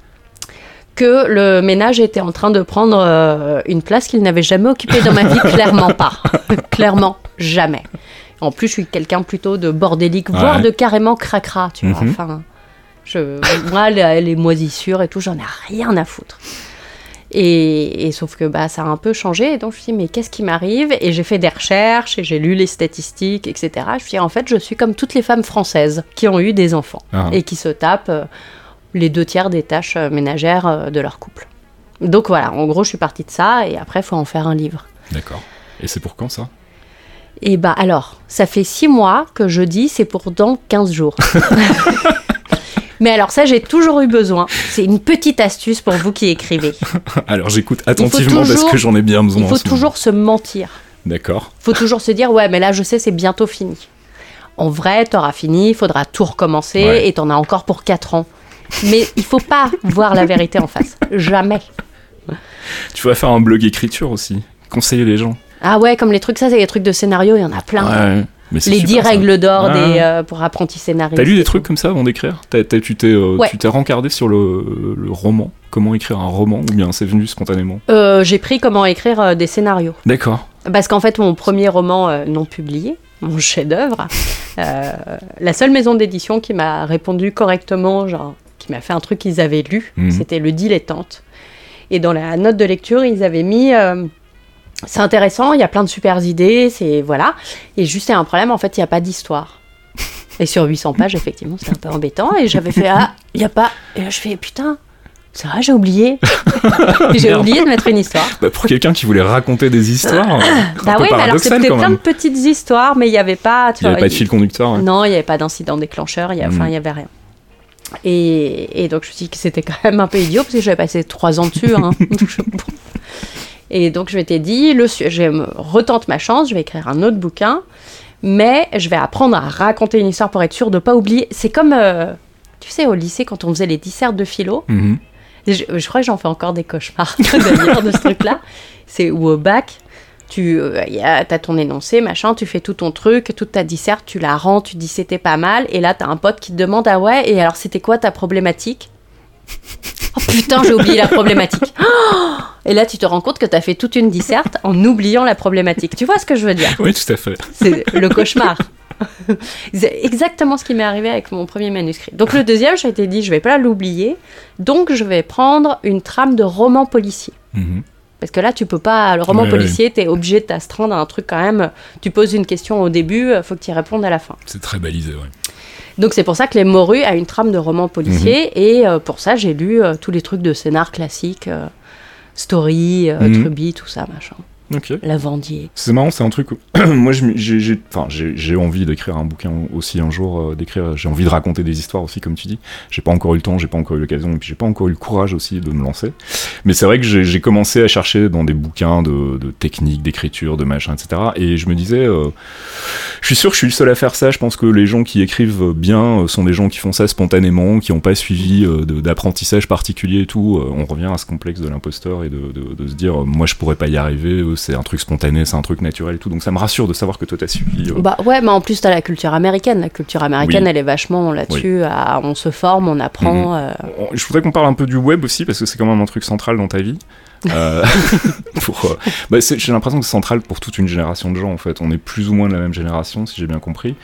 que le ménage était en train de prendre euh, une place qu'il n'avait jamais occupée dans ma vie, clairement pas. Clairement, jamais. En plus, je suis quelqu'un plutôt de bordélique, ouais. voire de carrément cracra, tu vois. Mm-hmm. Enfin, je, moi, les, les moisissures et tout, j'en ai rien à foutre. Et, et sauf que bah, ça a un peu changé, et donc je me suis dit, mais qu'est-ce qui m'arrive ? Et j'ai fait des recherches, et j'ai lu les statistiques, et cetera. Je me suis dit, en fait, je suis comme toutes les femmes françaises qui ont eu des enfants, ah. et qui se tapent... Euh, les deux tiers des tâches ménagères de leur couple. Donc voilà, en gros, je suis partie de ça, et après, il faut en faire un livre. D'accord. Et c'est pour quand, ça ? Eh bien, alors, ça fait six mois que je dis c'est pour dans quinze jours. Mais alors ça, j'ai toujours eu besoin. C'est une petite astuce pour vous qui écrivez. Alors, j'écoute attentivement toujours, parce que j'en ai bien besoin. Il faut toujours se mentir. D'accord. Il faut toujours se dire, ouais, mais là, je sais, c'est bientôt fini. En vrai, t'auras fini, il faudra tout recommencer, ouais. et t'en as encore pour quatre ans. Mais il faut pas voir la vérité en face. Jamais. Tu pourrais faire un blog écriture aussi. Conseiller les gens. Ah ouais, comme les trucs, ça, c'est les trucs de scénario, il y en a plein. Ouais, mais c'est les super, dix ça. règles d'or ouais. des, euh, pour apprentis scénaristes. T'as lu des trucs comme ça avant d'écrire ? t'as, t'as, tu, t'es, euh, ouais. tu t'es rencardé sur le, le roman ? Comment écrire un roman ? Ou bien c'est venu spontanément ? euh, J'ai pris comment écrire euh, des scénarios. D'accord. Parce qu'en fait, mon premier roman euh, non publié, mon chef-d'œuvre, euh, la seule maison d'édition qui m'a répondu correctement, genre... qui m'a fait un truc qu'ils avaient lu, mmh. c'était Le Dilettante. Et dans la note de lecture, ils avaient mis euh, c'est intéressant, il y a plein de super idées, c'est voilà. Et juste, il y a un problème, en fait, il n'y a pas d'histoire. Et sur huit cents pages, effectivement, c'est un peu embêtant. Et j'avais fait ah, il n'y a pas. Et là, je fais putain, c'est vrai, j'ai oublié. j'ai Merde. oublié de mettre une histoire. Bah, pour quelqu'un qui voulait raconter des histoires. Bah oui, mais alors c'était plein de petites histoires, mais il n'y avait pas. Il n'y avait pas de fil conducteur. Ouais. Non, il n'y avait pas d'incident déclencheur, il n'y mmh. avait rien. Et, et donc je me suis dit que c'était quand même un peu idiot parce que j'avais passé trois ans dessus hein. Et donc je m'étais dit le, je me retente ma chance, je vais écrire un autre bouquin, mais je vais apprendre à raconter une histoire pour être sûre de ne pas oublier. C'est comme euh, tu sais au lycée quand on faisait les dissertes de philo, mm-hmm. je, je crois que j'en fais encore des cauchemars d'ailleurs de ce truc là, c'est ou au bac tu euh, as ton énoncé, machin, tu fais tout ton truc, toute ta disserte, tu la rends, tu dis c'était pas mal, et là t'as un pote qui te demande ah ouais, et alors c'était quoi ta problématique ? Oh putain, j'ai oublié la problématique. Oh et là tu te rends compte que t'as fait toute une disserte en oubliant la problématique. Tu vois ce que je veux dire ? Oui, tout à fait. C'est le cauchemar. C'est exactement ce qui m'est arrivé avec mon premier manuscrit. Donc le deuxième, je m'étais dit je vais pas l'oublier, donc je vais prendre une trame de roman policier. Mm-hmm. Parce que là, tu peux pas... Le roman ouais, policier, ouais. t'es obligé de t'astreindre à un truc quand même... Tu poses une question au début, il faut que tu y répondes à la fin. C'est très balisé, oui. Donc c'est pour ça que Les Morues a une trame de roman policier. Mm-hmm. Et euh, pour ça, j'ai lu euh, tous les trucs de scénar classiques. Euh, Story, euh, mm-hmm. Truby, tout ça, machin. Ok. Lavandier. C'est marrant, c'est un truc... Où... Moi, j'ai, j'ai, enfin, j'ai, j'ai envie d'écrire un bouquin aussi un jour, euh, d'écrire... J'ai envie de raconter des histoires aussi, comme tu dis. J'ai pas encore eu le temps, j'ai pas encore eu l'occasion, et puis j'ai pas encore eu le courage aussi de me lancer. Mais c'est vrai que j'ai, j'ai commencé à chercher dans des bouquins de, de techniques, d'écriture, de machin, et cetera. Et je me disais... Euh, je suis sûr que je suis le seul à faire ça. Je pense que les gens qui écrivent bien sont des gens qui font ça spontanément, qui n'ont pas suivi euh, de, d'apprentissage particulier et tout. Euh, on revient à ce complexe de l'imposteur et de, de, de se dire, euh, moi, je pourrais pas y arriver, eux, c'est un truc spontané, c'est un truc naturel et tout. Donc ça me rassure de savoir que toi t'as suivi. Euh... Bah ouais, mais en plus t'as la culture américaine. La culture américaine, oui. elle est vachement là-dessus. Oui. À, on se forme, on apprend. Mm-hmm. euh... Je voudrais qu'on parle un peu du web aussi parce que c'est quand même un truc central dans ta vie. euh, pour, euh, bah c'est, j'ai l'impression que c'est central pour toute une génération de gens en fait. On est plus ou moins de la même génération, si j'ai bien compris.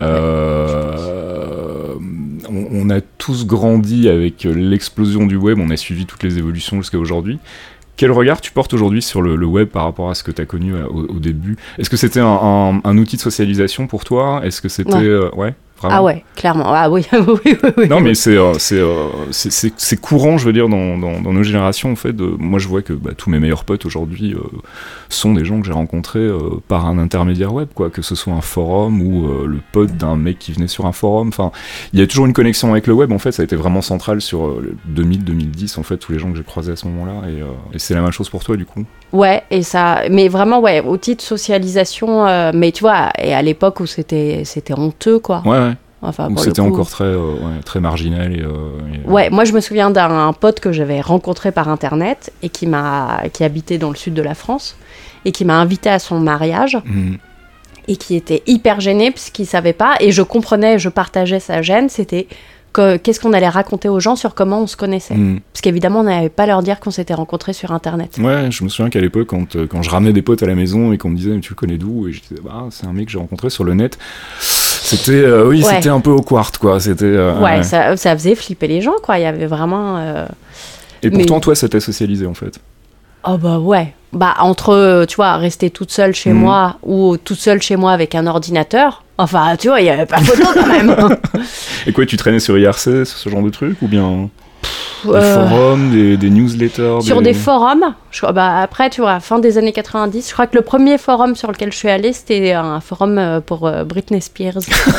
Euh, on, on a tous grandi avec l'explosion du web, on a suivi toutes les évolutions jusqu'à aujourd'hui. Quel regard tu portes aujourd'hui sur le, le web par rapport à ce que tu as connu au, au début ? Est-ce que c'était un, un, un outil de socialisation pour toi ? Est-ce que c'était... Ouais, euh, ouais vraiment ? Ah ouais, clairement. Ah oui, oui, oui, oui. Non, mais c'est, euh, c'est, euh, c'est, c'est, c'est courant, je veux dire, dans, dans, dans nos générations, en fait. De, moi, je vois que bah, tous mes meilleurs potes aujourd'hui euh, sont des gens que j'ai rencontrés euh, par un intermédiaire web, quoi. Que ce soit un forum ou euh, le pote d'un mec qui venait sur un forum. Enfin, il y a toujours une connexion avec le web, en fait. Ça a été vraiment central sur euh, deux mille deux mille dix, en fait, tous les gens que j'ai croisés à ce moment-là. Et, euh, et c'est la même chose pour toi, du coup ? Ouais, et ça... Mais vraiment, ouais, outil de socialisation. Euh, mais tu vois, et à l'époque où c'était, c'était honteux, quoi. Ouais, ouais. Enfin, donc c'était coup... encore très, euh, ouais, très marginal. Et, euh, et... Ouais, moi je me souviens d'un pote que j'avais rencontré par internet et qui, m'a, qui habitait dans le sud de la France et qui m'a invité à son mariage mmh. et qui était hyper gêné parce qu'il savait pas, et je comprenais, je partageais sa gêne, c'était que, qu'est-ce qu'on allait raconter aux gens sur comment on se connaissait. Mmh. Parce qu'évidemment on n'allait pas leur dire qu'on s'était rencontrés sur internet. Ouais, je me souviens qu'à l'époque quand, quand je ramenais des potes à la maison et qu'on me disait mais tu le connais d'où, et je disais bah, c'est un mec que j'ai rencontré sur le net. C'était, euh, oui, ouais. c'était un peu awkward, quoi. C'était, euh, ouais, ouais. Ça, ça faisait flipper les gens, quoi. Il y avait vraiment... Euh... Et pourtant, mais... toi, ça t'a socialisé, en fait. Oh, bah ouais. Bah, entre, tu vois, rester toute seule chez mmh. moi ou toute seule chez moi avec un ordinateur, enfin, tu vois, il n'y avait pas photo, quand même. Et quoi, tu traînais sur I R C, ce genre de truc, ou bien... Des euh, forums, des, des newsletters Sur des, des forums, je, bah après, tu vois, fin des années quatre-vingt-dix, je crois que le premier forum sur lequel je suis allée, c'était un forum pour euh, Britney Spears.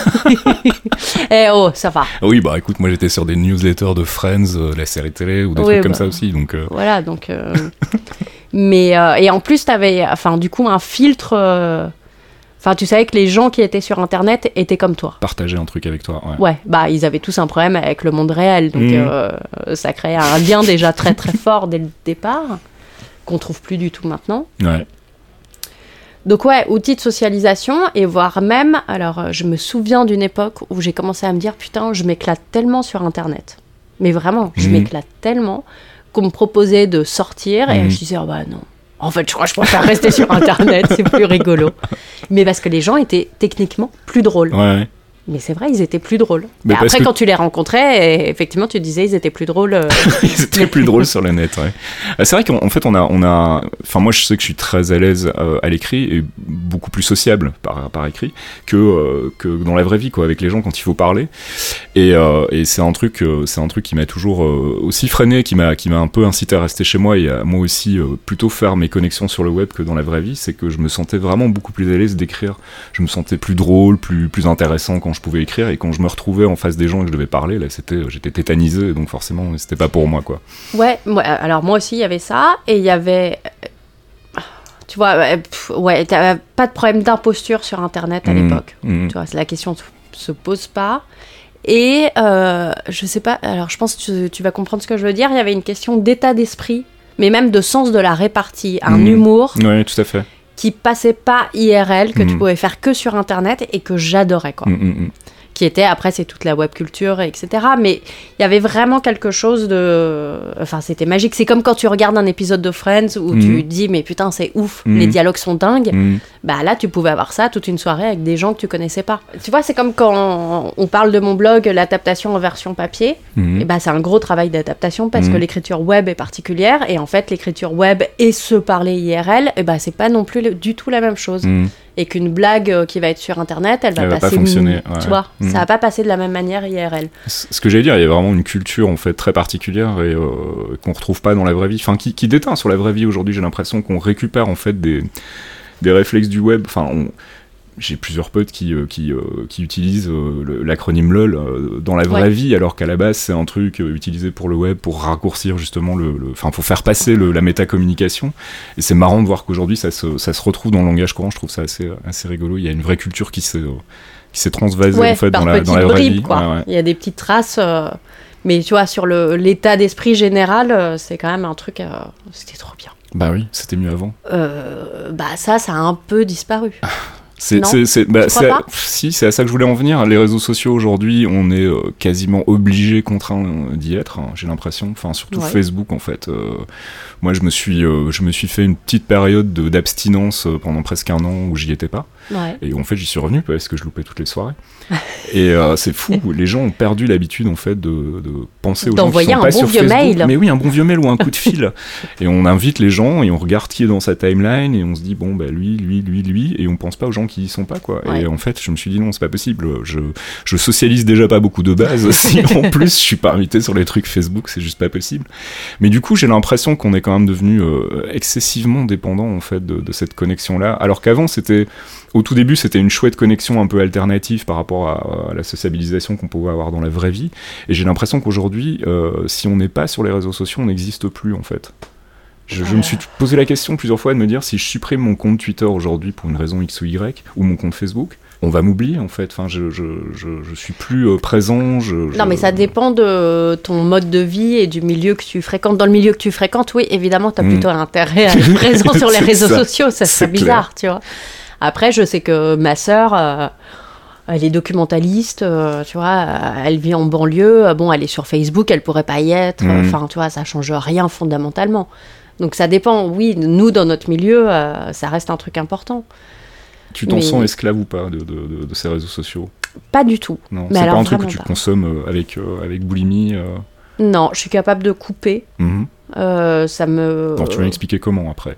Eh oh, ça va. Oui, bah écoute, moi j'étais sur des newsletters de Friends, euh, la série télé, ou des oui, trucs bah, comme ça aussi. Donc, euh... Voilà, donc... Euh... Mais, euh, et en plus, t'avais, enfin, du coup, un filtre... Euh... Enfin, tu savais que les gens qui étaient sur Internet étaient comme toi. Partager un truc avec toi, ouais. Ouais, bah, ils avaient tous un problème avec le monde réel. Donc, mmh. euh, ça créait un lien déjà très, très fort dès le départ, qu'on trouve plus du tout maintenant. Ouais. Donc, ouais, outil de socialisation, et voire même... Alors, je me souviens d'une époque où j'ai commencé à me dire, putain, je m'éclate tellement sur Internet. Mais vraiment, je mmh. m'éclate tellement qu'on me proposait de sortir, mmh. et je disais, oh bah non. En fait, je crois que je préfère rester sur Internet, c'est plus rigolo. Mais parce que les gens étaient techniquement plus drôles. Ouais. Mais c'est vrai, ils étaient plus drôles. Mais et après, que... quand tu les rencontrais, et effectivement, tu disais ils étaient plus drôles. Euh... ils étaient plus drôles sur le net, ouais. C'est vrai qu'en fait, on a, on a... Enfin, moi, je sais que je suis très à l'aise euh, à l'écrit et beaucoup plus sociable par, par écrit que, euh, que dans la vraie vie, quoi, avec les gens quand il faut parler. Et, euh, et c'est un truc, euh, c'est un truc qui m'a toujours euh, aussi freiné, qui m'a, qui m'a un peu incité à rester chez moi et à moi aussi euh, plutôt faire mes connexions sur le web que dans la vraie vie. C'est que je me sentais vraiment beaucoup plus à l'aise d'écrire. Je me sentais plus drôle, plus, plus intéressant quand je pouvais écrire, et quand je me retrouvais en face des gens et que je devais parler, là, c'était, j'étais tétanisé, donc forcément, c'était pas pour moi, quoi. Ouais, ouais, alors moi aussi, il y avait ça, et il y avait... Tu vois, ouais, t'avais pas de problème d'imposture sur Internet à mmh, l'époque. Mmh. Tu vois, la question se pose pas. Et euh, je sais pas, alors je pense que tu, tu vas comprendre ce que je veux dire, il y avait une question d'état d'esprit, mais même de sens de la répartie, un mmh. humour... Ouais, tout à fait. Qui passait pas I R L, que mmh. tu pouvais faire que sur Internet, et que j'adorais, quoi. Mmh, mmh. Qui était, après, c'est toute la web culture, et cetera. Mais il y avait vraiment quelque chose de... Enfin, c'était magique. C'est comme quand tu regardes un épisode de Friends où mmh. tu dis, mais putain, c'est ouf, mmh. les dialogues sont dingues. Mmh. Bah là, tu pouvais avoir ça toute une soirée avec des gens que tu connaissais pas. Tu vois, c'est comme quand on parle de mon blog, l'adaptation en version papier. Mmh. Et bah, c'est un gros travail d'adaptation parce mmh. que l'écriture web est particulière. Et en fait, l'écriture web et se parler I R L, et bah, c'est pas non plus le, du tout la même chose. Mmh. Et qu'une blague qui va être sur Internet, elle va elle passer... Elle va pas fonctionner. Ouais. Tu ouais. vois, mmh. ça va pas passer de la même manière I R L. Ce que j'allais dire, il y a vraiment une culture, en fait, très particulière et euh, qu'on retrouve pas dans la vraie vie. Enfin, qui, qui déteint sur la vraie vie aujourd'hui. J'ai l'impression qu'on récupère, en fait, des, des réflexes du web. Enfin, on... J'ai plusieurs potes qui, euh, qui, euh, qui utilisent euh, le, l'acronyme L O L euh, dans la vraie ouais. vie, alors qu'à la base, c'est un truc euh, utilisé pour le web, pour raccourcir justement le... Enfin, pour faire passer le, la métacommunication. Et c'est marrant de voir qu'aujourd'hui, ça se, ça se retrouve dans le langage courant. Je trouve ça assez, assez rigolo. Il y a une vraie culture qui s'est, euh, qui s'est transvasée, ouais, en fait, dans la, dans la vraie bribes, vie. Quoi. Ouais, ouais. Il y a des petites traces... Euh... Mais tu vois, sur le, l'état d'esprit général, euh, c'est quand même un truc... Euh, c'était trop bien. Bah oui, c'était mieux avant. Euh, bah ça, ça a un peu disparu. C'est, non, c'est, c'est, bah, tu c'est, crois pas si, c'est à ça que je voulais en venir. Les réseaux sociaux aujourd'hui, on est euh, quasiment obligé, contraint d'y être. Hein, j'ai l'impression. Enfin, surtout ouais. Facebook en fait. Euh, moi, je me suis, euh, je me suis fait une petite période de, d'abstinence euh, pendant presque un an où j'y étais pas. Ouais. Et en fait, j'y suis revenu parce que je loupais toutes les soirées. Et euh, c'est fou. Les gens ont perdu l'habitude en fait de, de penser aux d'envoyer gens qui sont un pas bon sur vieux Facebook. mail. Mais oui, un bon vieux mail ou un coup de fil. Et on invite les gens et on regarde qui est dans sa timeline et on se dit bon bah lui, lui, lui, lui. Et on pense pas aux gens qui y sont pas quoi. Ouais. Et en fait, je me suis dit non, c'est pas possible. Je, je socialise déjà pas beaucoup de base. Si en plus je suis pas invité sur les trucs Facebook, c'est juste pas possible. Mais du coup, j'ai l'impression qu'on est quand même devenu euh, excessivement dépendant en fait de, de cette connexion-là. Alors qu'avant, c'était, au tout début, c'était une chouette connexion un peu alternative par rapport à, à la sociabilisation qu'on pouvait avoir dans la vraie vie. Et j'ai l'impression qu'aujourd'hui, euh, si on n'est pas sur les réseaux sociaux, on n'existe plus en fait. Je, je me suis posé la question plusieurs fois de me dire si je supprime mon compte Twitter aujourd'hui pour une raison X ou Y, ou mon compte Facebook, on va m'oublier en fait. Enfin, je, je, je, je suis plus euh, présent. Je, non, je... mais ça dépend de ton mode de vie et du milieu que tu fréquentes. Dans le milieu que tu fréquentes, oui, évidemment, tu as plutôt mmh. intérêt à être présent sur les réseaux ça. sociaux. Ça serait bizarre, tu vois. Après, je sais que ma sœur, euh, elle est documentaliste, euh, tu vois, elle vit en banlieue. Bon, elle est sur Facebook, elle pourrait pas y être. Enfin, mmh. tu vois, ça change rien fondamentalement. Donc ça dépend, oui, nous dans notre milieu, euh, ça reste un truc important. Tu t'en mais... sens esclave ou pas de, de, de, de ces réseaux sociaux ? Pas du tout. Non, mais c'est alors, pas un truc que tu pas. consommes avec, euh, avec boulimie euh... Non, je suis capable de couper. Mm-hmm. Euh, ça me... Non, tu vas m'expliquer comment après.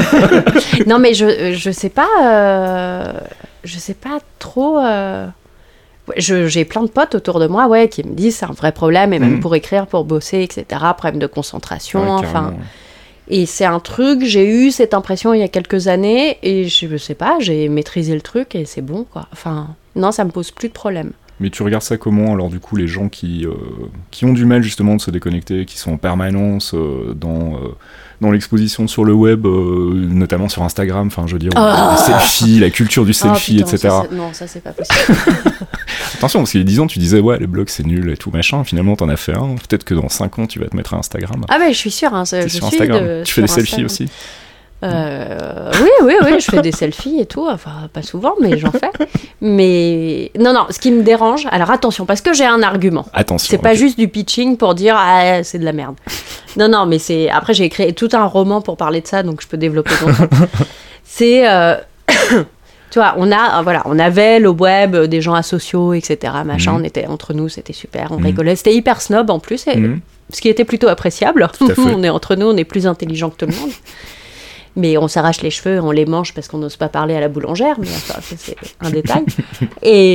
Non, mais je, je sais pas... Euh, je sais pas trop... Euh... Je, j'ai plein de potes autour de moi ouais, qui me disent c'est un vrai problème, et même mm. pour écrire, pour bosser, et cetera. Problème de concentration, ouais, enfin... Et c'est un truc, j'ai eu cette impression il y a quelques années, et je sais pas, j'ai maîtrisé le truc, et c'est bon, quoi. Enfin, non, ça me pose plus de problème. Mais tu regardes ça comment, alors du coup, les gens qui, euh, qui ont du mal justement de se déconnecter, qui sont en permanence euh, dans, euh, dans l'exposition sur le web, euh, notamment sur Instagram, enfin je veux dire, oh les selfies, la culture du selfie, oh, putain, et cetera. Ça, non, ça c'est pas possible. Attention, parce qu'il y a dix ans, tu disais, ouais, les blogs c'est nul et tout, machin, finalement t'en as fait un, peut-être que dans cinq ans tu vas te mettre à Instagram. Ah mais je suis sûre, hein, je sur suis Instagram. de, tu fais des Instagram. selfies aussi? Euh, oui, oui, oui, je fais des selfies et tout, enfin pas souvent, mais j'en fais. Mais non, non, ce qui me dérange, alors attention, parce que j'ai un argument. Attention. C'est okay. pas juste du pitching pour dire ah c'est de la merde. Non, non, mais c'est après j'ai écrit tout un roman pour parler de ça, donc je peux développer longtemps. C'est euh... tu vois, on a voilà, on avait le web, des gens asociaux, et cetera. Machin, mmh. on était entre nous, c'était super, on mmh. rigolait, c'était hyper snob en plus, et... mmh. ce qui était plutôt appréciable. On est entre nous, on est plus intelligent que tout le monde. Mais on s'arrache les cheveux, on les mange parce qu'on n'ose pas parler à la boulangère, mais enfin, ça, c'est un détail. Et,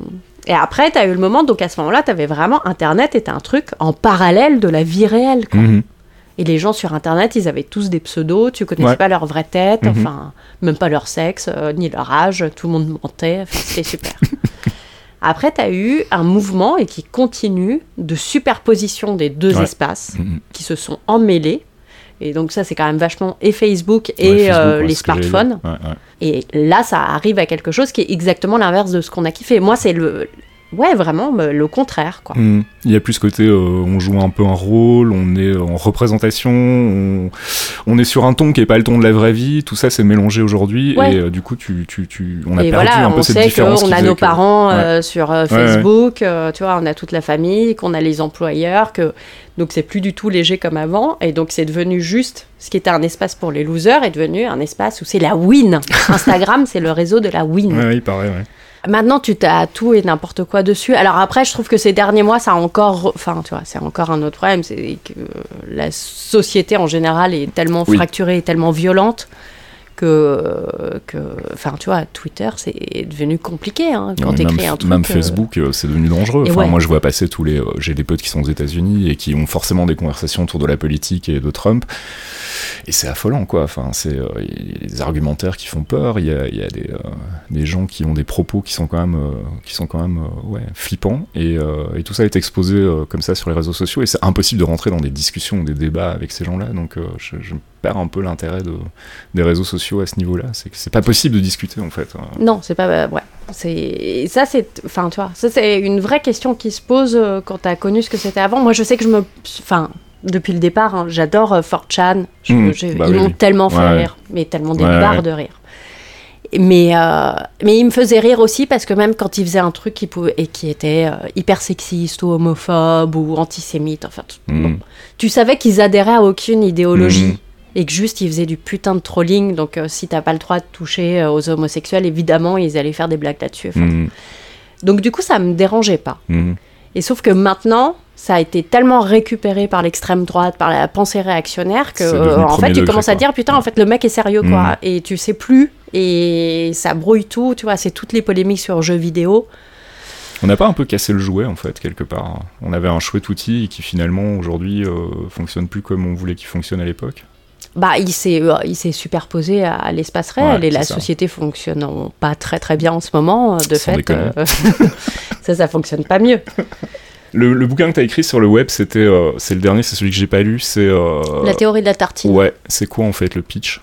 et après, tu as eu le moment, donc à ce moment-là, tu avais vraiment Internet était un truc en parallèle de la vie réelle, quoi. Mm-hmm. Et les gens sur Internet, ils avaient tous des pseudos, tu connaissais ouais. pas leur vraie tête, mm-hmm. enfin, même pas leur sexe, euh, ni leur âge, tout le monde mentait, enfin, c'était super. Après, tu as eu un mouvement, et qui continue, de superposition des deux ouais. espaces, mm-hmm. qui se sont emmêlés. Et donc ça, c'est quand même vachement et Facebook et ouais, Facebook, euh, ouais, les smartphones. Ouais, ouais. Et là, ça arrive à quelque chose qui est exactement l'inverse de ce qu'on a kiffé. Moi, c'est le... Ouais, vraiment, le contraire, quoi. Mmh. Il y a plus ce côté, euh, on joue un peu un rôle, on est en représentation, on, on est sur un ton qui n'est pas le ton de la vraie vie, tout ça c'est mélangé aujourd'hui, ouais. et euh, du coup, tu, tu, tu, on a et perdu voilà, un peu cette différence. On sait qu'on a nos que... parents euh, ouais. sur euh, Facebook, ouais, ouais. Euh, tu vois, on a toute la famille, qu'on a les employeurs, que... donc c'est plus du tout léger comme avant, et donc c'est devenu juste, ce qui était un espace pour les losers est devenu un espace où c'est la win. Instagram, c'est le réseau de la win. Ouais, il paraît, ouais. Maintenant, tu as tout et n'importe quoi dessus. Alors après, je trouve que ces derniers mois, ça a encore... Enfin, tu vois, c'est encore un autre problème. C'est que la société, en général, est tellement oui. fracturée et tellement violente que... que enfin, tu vois, Twitter, c'est devenu compliqué, hein, quand ouais, t'écris un truc... Même Facebook, euh... c'est devenu dangereux. Enfin, ouais. Moi, je vois passer tous les... J'ai des potes qui sont aux États-Unis et qui ont forcément des conversations autour de la politique et de Trump. Et c'est affolant, quoi. Enfin, c'est, euh, y a des argumentaires qui font peur, il y a, y a des, euh, des gens qui ont des propos qui sont quand même, euh, qui sont quand même euh, ouais, flippants, et, euh, et tout ça est exposé euh, comme ça sur les réseaux sociaux, et c'est impossible de rentrer dans des discussions ou des débats avec ces gens-là, donc euh, je, je perds un peu l'intérêt de, des réseaux sociaux à ce niveau-là. C'est que c'est pas possible de discuter, en fait. Non, c'est pas... Euh, ouais. C'est, ça, c'est... Enfin, tu vois, ça, c'est une vraie question qui se pose euh, quand t'as connu ce que c'était avant. Moi, je sais que je me... Enfin... depuis le départ, hein, j'adore euh, four chan. Je, Mmh, je, bah ils oui, m'ont oui. tellement fait Ouais. rire, mais tellement des Ouais, barres ouais. de rire. Mais, euh, mais il me faisait rire aussi parce que même quand il faisait un truc qui, pouvait, et qui était euh, hyper sexiste ou homophobe ou antisémite, enfin, t- Mmh. bon, tu savais qu'ils adhéraient à aucune idéologie Mmh. et que juste ils faisaient du putain de trolling. Donc euh, si t'as pas le droit de toucher euh, aux homosexuels, évidemment, ils allaient faire des blagues là-dessus. Enfin, Mmh. donc du coup, ça me dérangeait pas. Mmh. Et sauf que maintenant, ça a été tellement récupéré par l'extrême droite, par la pensée réactionnaire, que C'est devenu euh, en premier fait, tu degré, commences à quoi. dire, putain, en fait, le mec est sérieux, quoi. Mm. Et tu sais plus, et ça brouille tout, tu vois, c'est toutes les polémiques sur jeux vidéo. On n'a pas un peu cassé le jouet, en fait, quelque part. On avait un chouette outil qui, finalement, aujourd'hui, euh, fonctionne plus comme on voulait qu'il fonctionne à l'époque. Bah, il s'est, euh, il s'est superposé à, à l'espace réel, Ouais, et la c'est ça. société fonctionne en- pas très très bien en ce moment, de Sans fait. déconner. euh, ça, ça fonctionne pas mieux. Le, le bouquin que tu as écrit sur le web, c'était, euh, c'est le dernier, c'est celui que j'ai pas lu, c'est... euh, La théorie de la tartine. Ouais, c'est quoi, en fait, le pitch?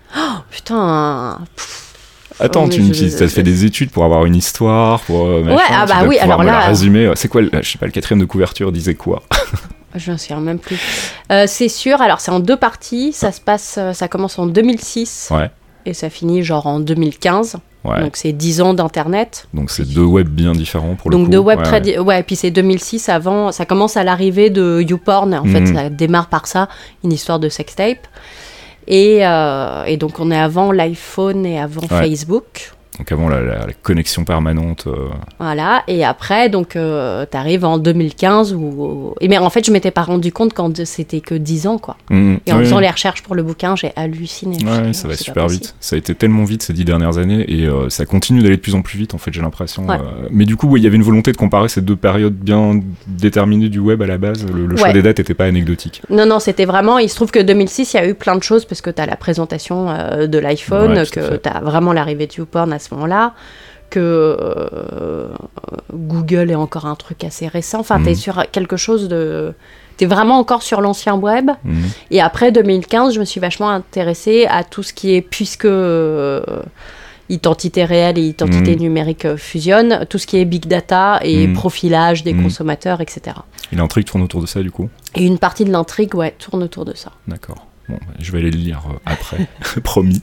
Putain. pff, Attends, Oh, mais tu me je- dis, t'as fait des études pour avoir une histoire, pour euh, machin, Ouais, ah tu bah dois oui, pouvoir alors me la là- résumer. C'est quoi, le- je sais pas, le quatrième de couverture disait quoi? Je m'en souviens même plus. Euh, c'est sûr, alors c'est en deux parties. Ça se passe, euh, ça commence en deux mille six Ouais, et ça finit genre en deux mille quinze. ouais. Donc c'est dix ans d'internet. Donc c'est deux webs bien différents pour le Donc coup. deux web Ouais, très ouais. di- ouais, puis c'est deux mille six avant, ça commence à l'arrivée de YouPorn. En fait, Mhm. ça démarre par ça, une histoire de sextape. Et, euh, et donc on est avant l'iPhone et avant Ouais. Facebook. Donc avant la, la- la connexion permanente. euh, Voilà, et après, donc, euh, t'arrives en deux mille quinze où... Et mais en fait, je m'étais pas rendu compte quand c'était que dix ans, quoi. mmh, Et en oui, faisant oui. les recherches pour le bouquin, j'ai halluciné. Je me suis Ouais, dit, ça non, va c'est super pas vite. possible. Ça a été tellement vite ces dix dernières années et euh, ça continue d'aller de plus en plus vite, en fait, j'ai l'impression. Ouais. euh, Mais du coup, ouais, il y avait une volonté de comparer ces deux périodes bien déterminées du web à la base. Le, le choix Ouais. des dates n'était pas anecdotique. Non, non, c'était vraiment... Il se trouve que deux mille six, il y a eu plein de choses, parce que t'as la présentation euh, de l'iPhone, Ouais, tout à que fait. t'as vraiment l'arrivée de YouPorn à ce moment-là, que euh, Google est encore un truc assez récent. Enfin, t'es Mhm. sur quelque chose de... T'es vraiment encore sur l'ancien web. Mhm. Et après deux mille quinze, je me suis vachement intéressée à tout ce qui est, puisque euh, identité réelle et identité Mhm. numérique euh, fusionnent, tout ce qui est big data et Mhm. profilage des Mhm. consommateurs, et cetera. Et l'intrigue tourne autour de ça, du coup. Et une partie de l'intrigue, ouais, tourne autour de ça. D'accord. Bon, bah, je vais aller le lire euh, après, promis.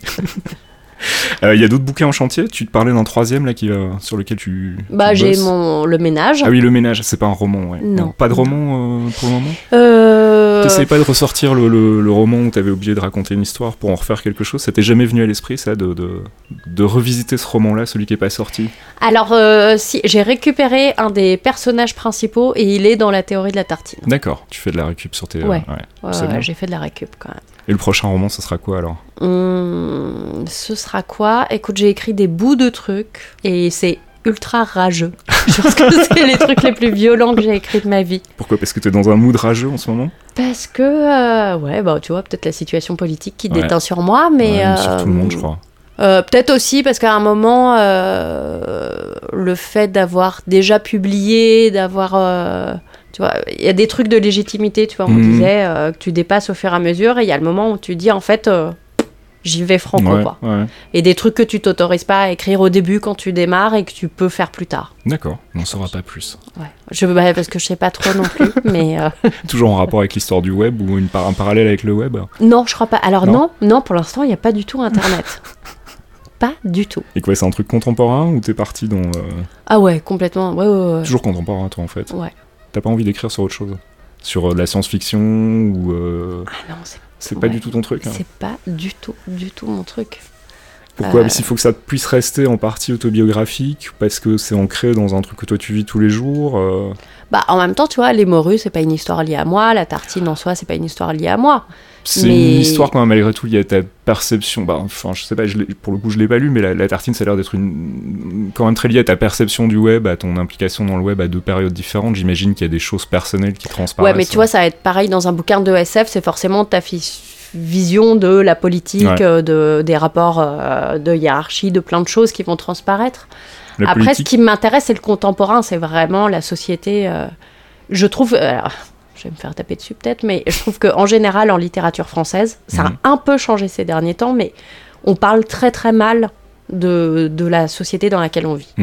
Il y a d'autres bouquins en chantier. Tu te parlais d'un troisième là qui va sur lequel tu. Bah, tu j'ai bosses. mon le ménage. Ah oui, le ménage, c'est pas un roman, ouais. Non. Pas de roman euh, pour le moment. Euh, T'essayes pas de ressortir le, le, le roman où t'avais oublié de raconter une histoire pour en refaire quelque chose. Ça t'est jamais venu à l'esprit, ça, de, de, de revisiter ce roman-là, celui qui est pas sorti. Alors, euh, si j'ai récupéré un des personnages principaux et il est dans la théorie de la tartine. D'accord. Tu fais de la récup sur tes. euh, Ouais. ouais. Ouais, C'est ouais, bien. j'ai fait de la récup quand même. Et le prochain roman, ça sera quoi alors? Hum, ce sera quoi? Écoute, j'ai écrit des bouts de trucs et c'est ultra rageux. Je pense que c'est les trucs les plus violents que j'ai écrits de ma vie. Pourquoi? Parce que t'es dans un mood rageux en ce moment? Parce que, euh, ouais, bah tu vois, peut-être la situation politique qui Ouais. déteint sur moi, mais... Ouais, euh, sur tout le monde, je crois. euh, peut-être aussi parce qu'à un moment, euh, le fait d'avoir déjà publié, d'avoir... euh, tu vois, il y a des trucs de légitimité, tu vois, on Mhm. disait, euh, que tu dépasses au fur et à mesure, et il y a le moment où tu dis, en fait... euh, j'y vais franco, Ouais, quoi. ouais. Et des trucs que tu t'autorises pas à écrire au début quand tu démarres et que tu peux faire plus tard. D'accord, on n'en saura pas plus. Ouais. Je, bah, parce que je sais pas trop non plus, mais euh, Toujours en rapport avec l'histoire du web ou une par- un parallèle avec le web? non, je crois pas. Alors Non. non, non, pour l'instant, il n'y a pas du tout Internet. Pas du tout. Et quoi, c'est un truc contemporain ou t'es parti dans... euh, Ah ouais, complètement. Ouais, ouais, ouais. Toujours contemporain, toi, en fait. Ouais. T'as pas envie d'écrire sur autre chose? Sur euh, de la science-fiction ou... euh, Ah non, c'est C'est pas Ouais. du tout ton truc, hein. c'est pas du tout, du tout mon truc. Pourquoi? Euh, Parce qu'il faut que ça puisse rester en partie autobiographique, parce que c'est ancré dans un truc que toi tu vis tous les jours. euh, Bah, en même temps, tu vois, les morues, c'est pas une histoire liée à moi. La tartine en soi, c'est pas une histoire liée à moi. C'est Mais- une histoire quand même, malgré tout, il y a ta perception. Bah, enfin, je sais pas, je l'ai- pour le coup, je l'ai pas lu, mais la, la tartine, ça a l'air d'être une... quand même très liée à ta perception du web, à ton implication dans le web à deux périodes différentes. J'imagine qu'il y a des choses personnelles qui transparaissent. Ouais, mais tu vois, ça va être pareil dans un bouquin de S F, c'est forcément ta fi- vision de la politique, Ouais. euh, de, des rapports euh, de hiérarchie, de plein de choses qui vont transparaître. La Après, politique, ce qui m'intéresse, c'est le contemporain, c'est vraiment la société. euh, je trouve. euh, alors, je vais me faire taper dessus peut-être, mais je trouve qu'en général, en littérature française, ça Mhm. a un peu changé ces derniers temps, mais on parle très très mal de, de la société dans laquelle on vit. Mhm.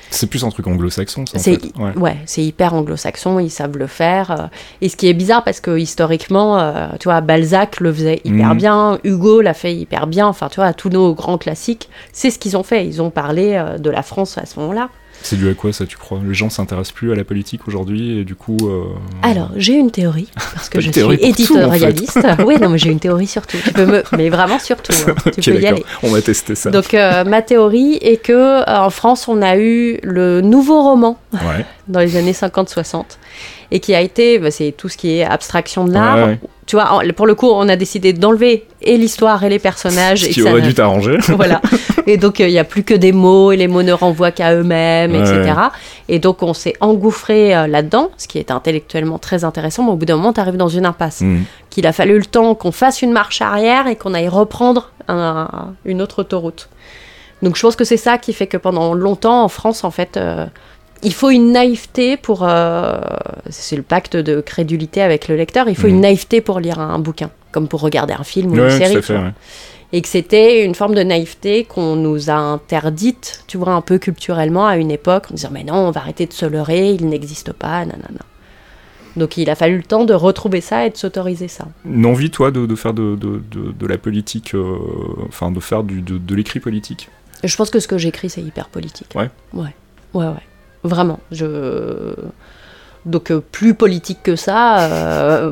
C'est plus un truc anglo-saxon, ça, en c'est, fait. Ouais. ouais, c'est hyper anglo-saxon, ils savent le faire. Euh, et ce qui est bizarre, parce que historiquement, euh, tu vois, Balzac le faisait hyper mmh. bien, Hugo l'a fait hyper bien, enfin, tu vois, tous nos grands classiques, c'est ce qu'ils ont fait. Ils ont parlé euh, de la France à ce moment-là. C'est dû à quoi, ça, tu crois ? Les gens s'intéressent plus à la politique aujourd'hui, et du coup... Euh... Alors, j'ai une théorie, parce que je suis éditorialiste. Tout, en fait. Oui, non, mais j'ai une théorie sur tout. Tu peux me... Mais vraiment sur tout, hein. Tu okay, peux y d'accord. aller. On va tester ça. Donc, euh, ma théorie est que euh, en France, on a eu le nouveau roman ouais. dans les années cinquante soixante, et qui a été, bah, c'est tout ce qui est abstraction de l'art. Ouais, ouais. Tu vois, pour le coup, on a décidé d'enlever et l'histoire et les personnages. Ce et qui aurait dû t'arranger. Voilà. Et donc, il euh, n'y a plus que des mots, et les mots ne renvoient qu'à eux-mêmes, ouais, et cetera. Ouais. Et donc, on s'est engouffré euh, là-dedans, ce qui est intellectuellement très intéressant, mais au bout d'un moment, tu arrives dans une impasse. Mmh. Qu'il a fallu le temps qu'on fasse une marche arrière et qu'on aille reprendre un, un, une autre autoroute. Donc, je pense que c'est ça qui fait que pendant longtemps, en France, en fait... Euh, il faut une naïveté pour... Euh, c'est le pacte de crédulité avec le lecteur. Il faut mmh. une naïveté pour lire un, un bouquin, comme pour regarder un film ou ouais, une série. Tout à fait, ouais. Et que c'était une forme de naïveté qu'on nous a interdite, tu vois, un peu culturellement à une époque, en disant « Mais non, on va arrêter de se leurrer, il n'existe pas, nanana. » Donc il a fallu le temps de retrouver ça et de s'autoriser ça. Une envie, toi, de, de faire de, de, de, de la politique, euh, enfin, de faire du, de, de l'écrit politique ? Je pense que ce que j'écris, c'est hyper politique. Ouais. Ouais, ouais, ouais. Vraiment, je... Donc, euh, plus politique que ça. Euh...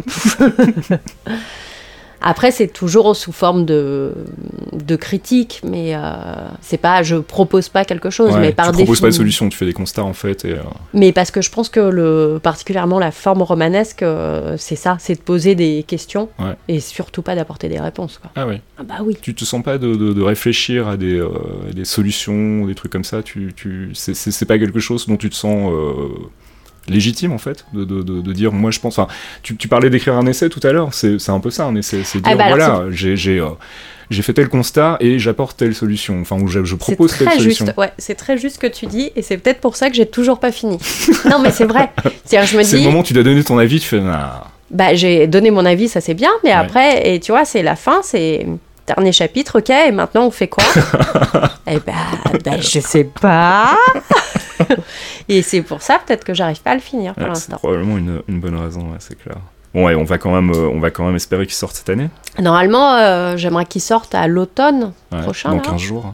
Après, c'est toujours sous forme de, de critique, mais euh, c'est pas, je propose pas quelque chose. Ouais, mais par tu proposes défini... pas de solution, tu fais des constats, en fait. Et, euh... Mais parce que je pense que, le, particulièrement la forme romanesque, euh, c'est ça, c'est de poser des questions, ouais. et surtout pas d'apporter des réponses, quoi. Ah oui. Ah bah oui. Tu te sens pas de, de, de réfléchir à des, euh, des solutions, des trucs comme ça, tu, tu, c'est, c'est, c'est pas quelque chose dont tu te sens... Euh... légitime en fait de, de, de, de dire moi je pense enfin tu, tu parlais d'écrire un essai tout à l'heure, c'est, c'est un peu ça un essai, c'est dire ah bah voilà c'est... j'ai j'ai euh, j'ai fait tel constat et j'apporte telle solution, enfin ou je, je propose telle juste, solution. Ouais, c'est très juste ce que tu dis et c'est peut-être pour ça que j'ai toujours pas fini. Non mais c'est vrai. C'est-à-dire, je me c'est dis, le moment où tu dois donner ton avis, tu fais nah. Bah j'ai donné mon avis, ça c'est bien, mais ouais. Après et tu vois c'est la fin, c'est dernier chapitre, ok, et maintenant on fait quoi? Eh ben, ben je sais pas. Et c'est pour ça peut-être que j'arrive pas à le finir pour ouais, l'instant. C'est probablement une, une bonne raison, ouais, c'est clair. Bon, ouais, on va quand même, euh, on va quand même espérer qu'il sorte cette année. Normalement, euh, j'aimerais qu'il sorte à l'automne ouais, prochain. Dans là. quinze jours.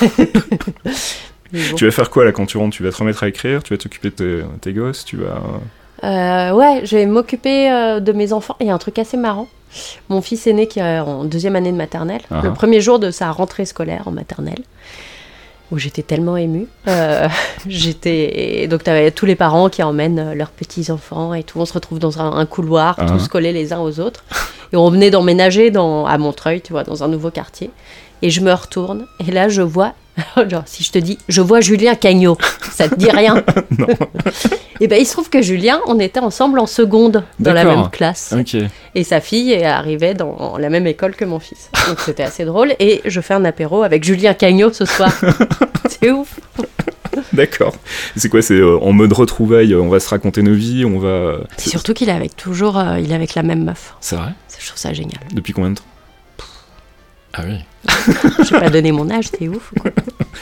Bon. Tu vas faire quoi là quand tu rentres? Tu vas te remettre à écrire? Tu vas t'occuper de tes, tes gosses? Tu vas... Euh, ouais, je vais m'occuper euh, de mes enfants. Il y a un truc assez marrant. Mon fils aîné qui est en deuxième année de maternelle, uh-huh. le premier jour de sa rentrée scolaire en maternelle, où j'étais tellement émue. Euh, j'étais... Donc, tu avais tous les parents qui emmènent leurs petits-enfants et tout. On se retrouve dans un, un couloir, uh-huh. tous collés les uns aux autres. Et on venait d'emménager dans, à Montreuil, tu vois, dans un nouveau quartier. Et je me retourne, et là, je vois... Genre, si je te dis, je vois Julien Cagnot, ça te dit rien? Non. Et ben, il se trouve que Julien, on était ensemble en seconde, dans D'accord. la même classe. Okay. Et sa fille est arrivée dans la même école que mon fils. Donc, c'était assez drôle. Et je fais un apéro avec Julien Cagnot ce soir. C'est ouf. D'accord. C'est quoi? C'est euh, en mode retrouvailles, on va se raconter nos vies, on va... C'est surtout qu'il est avec toujours, euh, il est avec la même meuf. C'est vrai? Je trouve ça génial. Depuis combien de temps? Ah oui. Je vais pas donner mon âge, c'est ouf ou quoi?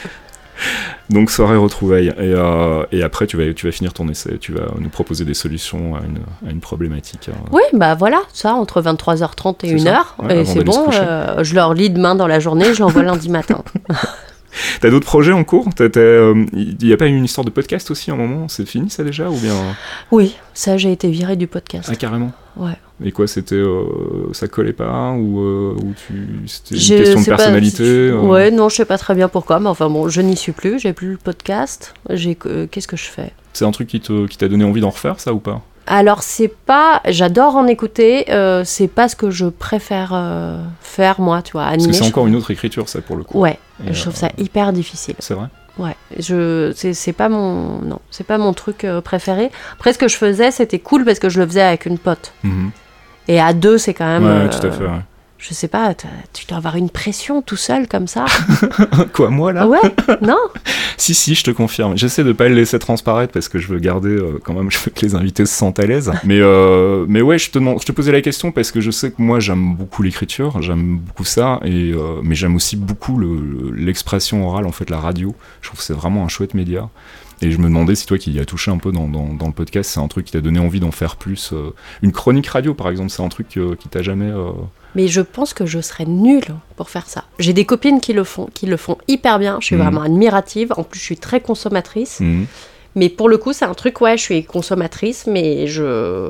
Donc soirée retrouvailles et, euh, et après tu vas, tu vas finir ton essai, tu vas nous proposer des solutions à une, à une problématique. Hein. Oui, bah voilà, ça entre vingt-trois heures trente et c'est une heure, ouais, et c'est bon, euh, je leur lis demain dans la journée, je l'envoie lundi matin. T'as d'autres projets en cours? Il euh, n'y a pas eu une histoire de podcast aussi à un moment? C'est fini ça déjà ou bien... Oui, ça j'ai été virée du podcast. Ah carrément? Ouais. Et quoi, c'était euh, ça collait pas ou, euh, ou tu c'était une je question de personnalité pas, euh... Ouais, non, je sais pas très bien pourquoi, mais enfin bon, je n'y suis plus, j'ai plus le podcast. J'ai euh, qu'est-ce que je fais? C'est un truc qui te qui t'a donné envie d'en refaire, ça ou pas? Alors c'est pas, j'adore en écouter, euh, c'est pas ce que je préfère euh, faire moi, tu vois, animer. Parce que c'est encore une autre écriture, ça pour le coup. Ouais, et je trouve euh... ça hyper difficile. C'est vrai. Ouais, je c'est c'est pas mon non, c'est pas mon truc euh, préféré. Après ce que je faisais, c'était cool parce que je le faisais avec une pote. Mm-hmm. Et à deux, c'est quand même... Ouais, euh, tout à fait, ouais. Je sais pas, tu dois avoir une pression tout seul, comme ça. Quoi, moi, là? Ouais, non? Si, si, je te confirme. J'essaie de pas le laisser transparaître parce que je veux garder, euh, quand même, je veux que les invités se sentent à l'aise. Mais, euh, mais ouais, je te, je te posais la question parce que je sais que moi, j'aime beaucoup l'écriture, j'aime beaucoup ça, et, euh, mais j'aime aussi beaucoup le, l'expression orale, en fait, la radio. Je trouve que c'est vraiment un chouette média. Et je me demandais si toi qui y as touché un peu dans, dans, dans le podcast, c'est un truc qui t'a donné envie d'en faire plus. Euh, une chronique radio, par exemple, c'est un truc euh, qui t'a jamais... Euh... Mais je pense que je serais nulle pour faire ça. J'ai des copines qui le font, qui le font hyper bien. Je suis mmh. vraiment admirative. En plus, je suis très consommatrice. Mmh. Mais pour le coup, c'est un truc, ouais, je suis consommatrice, mais je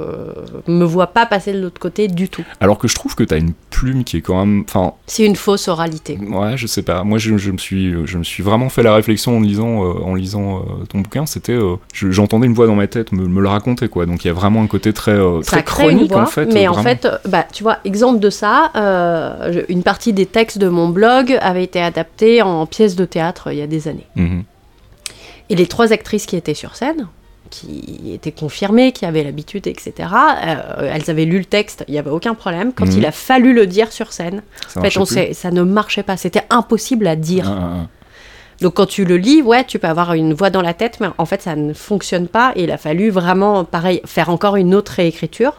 me vois pas passer de l'autre côté du tout. Alors que je trouve que t'as une plume qui est quand même... Enfin, c'est une fausse oralité. Ouais, je sais pas. Moi, je, je, me, suis, je me suis vraiment fait la réflexion en lisant, euh, en lisant euh, ton bouquin. C'était... Euh, je, j'entendais une voix dans ma tête me, me le raconter, quoi. Donc, il y a vraiment un côté très, euh, très chronique, voix, en fait. Mais euh, en fait, bah, tu vois, exemple de ça, euh, une partie des textes de mon blog avait été adaptée en pièce de théâtre euh, il y a des années. Mmh. Et les trois actrices qui étaient sur scène, qui étaient confirmées, qui avaient l'habitude, et cetera, euh, elles avaient lu le texte, il n'y avait aucun problème. Quand mmh. il a fallu le dire sur scène, ça, en fait, on sait, ça ne marchait pas, c'était impossible à dire. Ah, ah, ah. Donc quand tu le lis, ouais, tu peux avoir une voix dans la tête, mais en fait, ça ne fonctionne pas. Et il a fallu vraiment, pareil, faire encore une autre réécriture.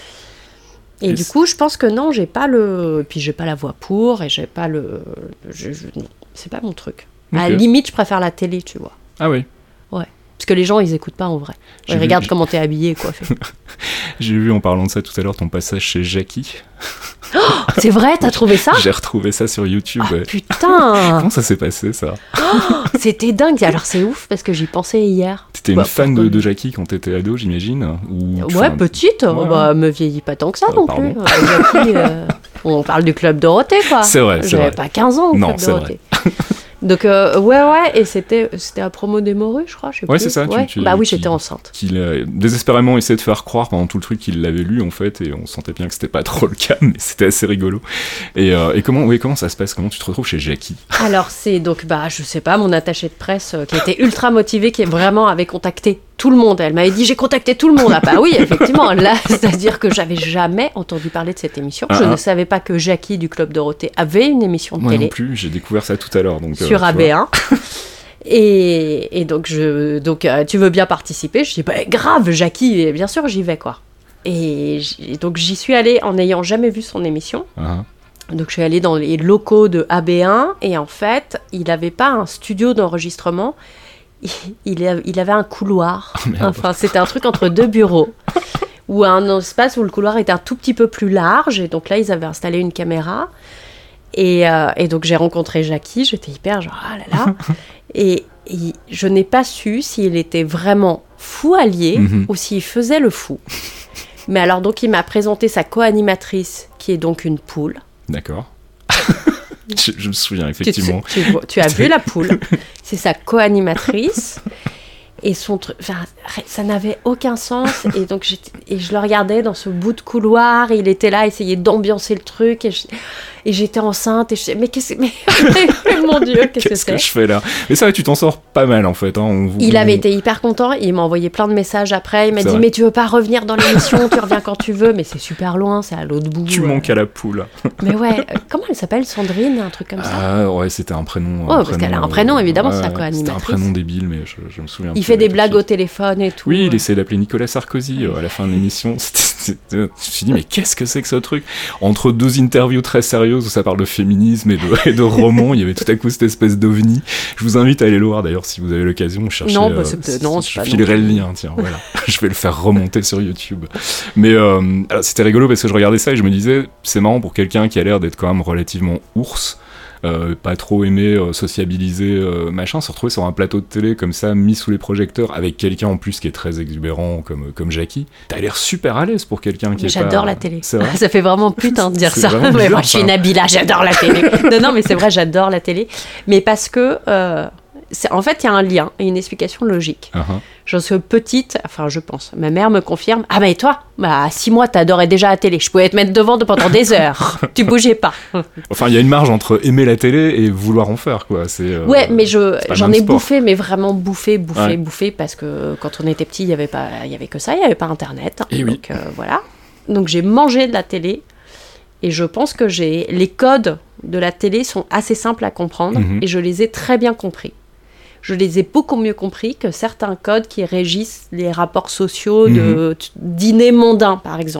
Et, et du coup, je pense que non, j'ai pas le... Et puis j'ai pas la voix pour, et j'ai pas le... Je, je... C'est pas mon truc. Okay. À la limite, je préfère la télé, tu vois. Ah oui. Ouais. Parce que les gens, ils écoutent pas en vrai. Ils regardent vu, comment t'es habillé, quoi. J'ai vu en parlant de ça tout à l'heure ton passage chez Jackie. Oh, c'est vrai, t'as trouvé ça ? J'ai retrouvé ça sur YouTube. Ah, ouais. Putain. Comment ça s'est passé, ça ? Oh, c'était dingue. Alors c'est ouf parce que j'y pensais hier. T'étais bah, une fan de, de Jackie quand t'étais ado, j'imagine ? Ou, ouais, enfin, petite. Ouais. Bah, me vieillis pas tant que ça euh, non pardon. plus. Euh, Jackie, euh, on parle du Club Dorothée, quoi. C'est vrai, c'est J'avais vrai. pas quinze ans au non, Club c'est Dorothée. Vrai. Donc euh, ouais ouais et c'était c'était à promo des Morues je crois je sais ouais plus. c'est ça ouais. tu, tu, bah oui qui, j'étais enceinte qu'il a désespérément essayé de faire croire pendant tout le truc qu'il l'avait lu en fait et on sentait bien que c'était pas trop le cas mais c'était assez rigolo et, euh, et comment oui comment ça se passe, comment tu te retrouves chez Jackie? Alors c'est donc bah je sais pas mon attachée de presse euh, qui était ultra motivée, qui vraiment avait contacté tout le monde. Elle m'avait dit j'ai contacté tout le monde. Ah bah oui effectivement là c'est-à-dire que j'avais jamais entendu parler de cette émission. Ah, je ah. ne savais pas que Jackie du Club Dorothée avait une émission de Moi télé. Moi non plus, j'ai découvert ça tout à l'heure donc sur euh, A B un. Et, et donc, je, donc euh, tu veux bien participer? Je dis, bah, grave, Jackie, et bien sûr, j'y vais, quoi. Et, et donc, j'y suis allée en n'ayant jamais vu son émission. Uh-huh. Donc, je suis allée dans les locaux de A B un, et en fait, il n'avait pas un studio d'enregistrement, il, il, il avait un couloir. Oh, enfin, c'était un truc entre deux bureaux, ou un espace où le couloir était un tout petit peu plus large, et donc là, ils avaient installé une caméra. Et, euh, et donc, j'ai rencontré Jackie, j'étais hyper genre, ah là là. Et, et je n'ai pas su s'il était vraiment fou allié mm-hmm. ou s'il faisait le fou. Mais alors, donc, il m'a présenté sa co-animatrice, qui est donc une poule. D'accord. je, je me souviens, effectivement. Tu, tu, tu as vu la poule. C'est sa co-animatrice. Et son truc, enfin, ça n'avait aucun sens. Et donc, j'étais, et je le regardais dans ce bout de couloir. Et il était là, à essayer d'ambiancer le truc. Et, je, et j'étais enceinte. Et je disais, mais qu'est-ce que. Mais, mon Dieu, qu'est-ce, qu'est-ce que c'est que je fais là? Mais ça, tu t'en sors pas mal, en fait. Hein. On vous, il on... avait été hyper content. Il m'a envoyé plein de messages après. Il m'a c'est dit, vrai. Mais tu veux pas revenir dans l'émission? Tu reviens quand tu veux. Mais c'est super loin, c'est à l'autre bout. Tu euh... manques à la poule. Mais ouais, euh, comment elle s'appelle? Sandrine, un truc comme ça? Ah ouais, c'était un prénom. Oh, un parce prénom, qu'elle a un prénom, évidemment, ouais, c'est sa co-animatrice. C'était un prénom débile, mais je, je me souviens. Il fait des blagues au téléphone et tout. Oui, il essaie d'appeler Nicolas Sarkozy euh, à la fin de l'émission. C'était, c'était, je me suis dit, mais qu'est-ce que c'est que ce truc? Entre deux interviews très sérieuses où ça parle de féminisme et de, et de romans, il y avait tout à coup cette espèce d'ovni. Je vous invite à aller le voir d'ailleurs si vous avez l'occasion. Chercher, non, bah, euh, non, je filerai le lien, tiens, voilà. Je vais le faire remonter sur YouTube. Mais euh, alors, c'était rigolo parce que je regardais ça et je me disais, c'est marrant pour quelqu'un qui a l'air d'être quand même relativement ours. Euh, pas trop aimé, euh, sociabiliser, euh, machin, se retrouver sur un plateau de télé comme ça, mis sous les projecteurs, avec quelqu'un en plus qui est très exubérant comme, comme Jackie. T'as l'air super à l'aise pour quelqu'un qui mais est j'adore pas... J'adore la télé. Ça fait vraiment putain de dire c'est ça. Mais bizarre, moi, je suis Nabila, j'adore la télé. non, non, mais c'est vrai, j'adore la télé. Mais parce que... Euh... C'est, en fait, il y a un lien et une explication logique. Uh-huh. Je suis petite, enfin, je pense. Ma mère me confirme. Ah, mais toi, bah, à six mois, t'adorais déjà la télé. Je pouvais te mettre devant pendant des heures. Tu bougeais pas. Enfin, il y a une marge entre aimer la télé et vouloir en faire, quoi. C'est, euh, ouais, mais je, j'en ai sport. bouffé, mais vraiment bouffé, bouffé, ouais. bouffé, parce que quand on était petit, il y avait pas, il y avait que ça, il y avait pas Internet. Et donc oui. euh, voilà. Donc j'ai mangé de la télé. Et je pense que j'ai les codes de la télé sont assez simples à comprendre mm-hmm. et je les ai très bien compris. Je les ai beaucoup mieux compris que certains codes qui régissent les rapports sociaux de mmh. dîner mondain, par exemple.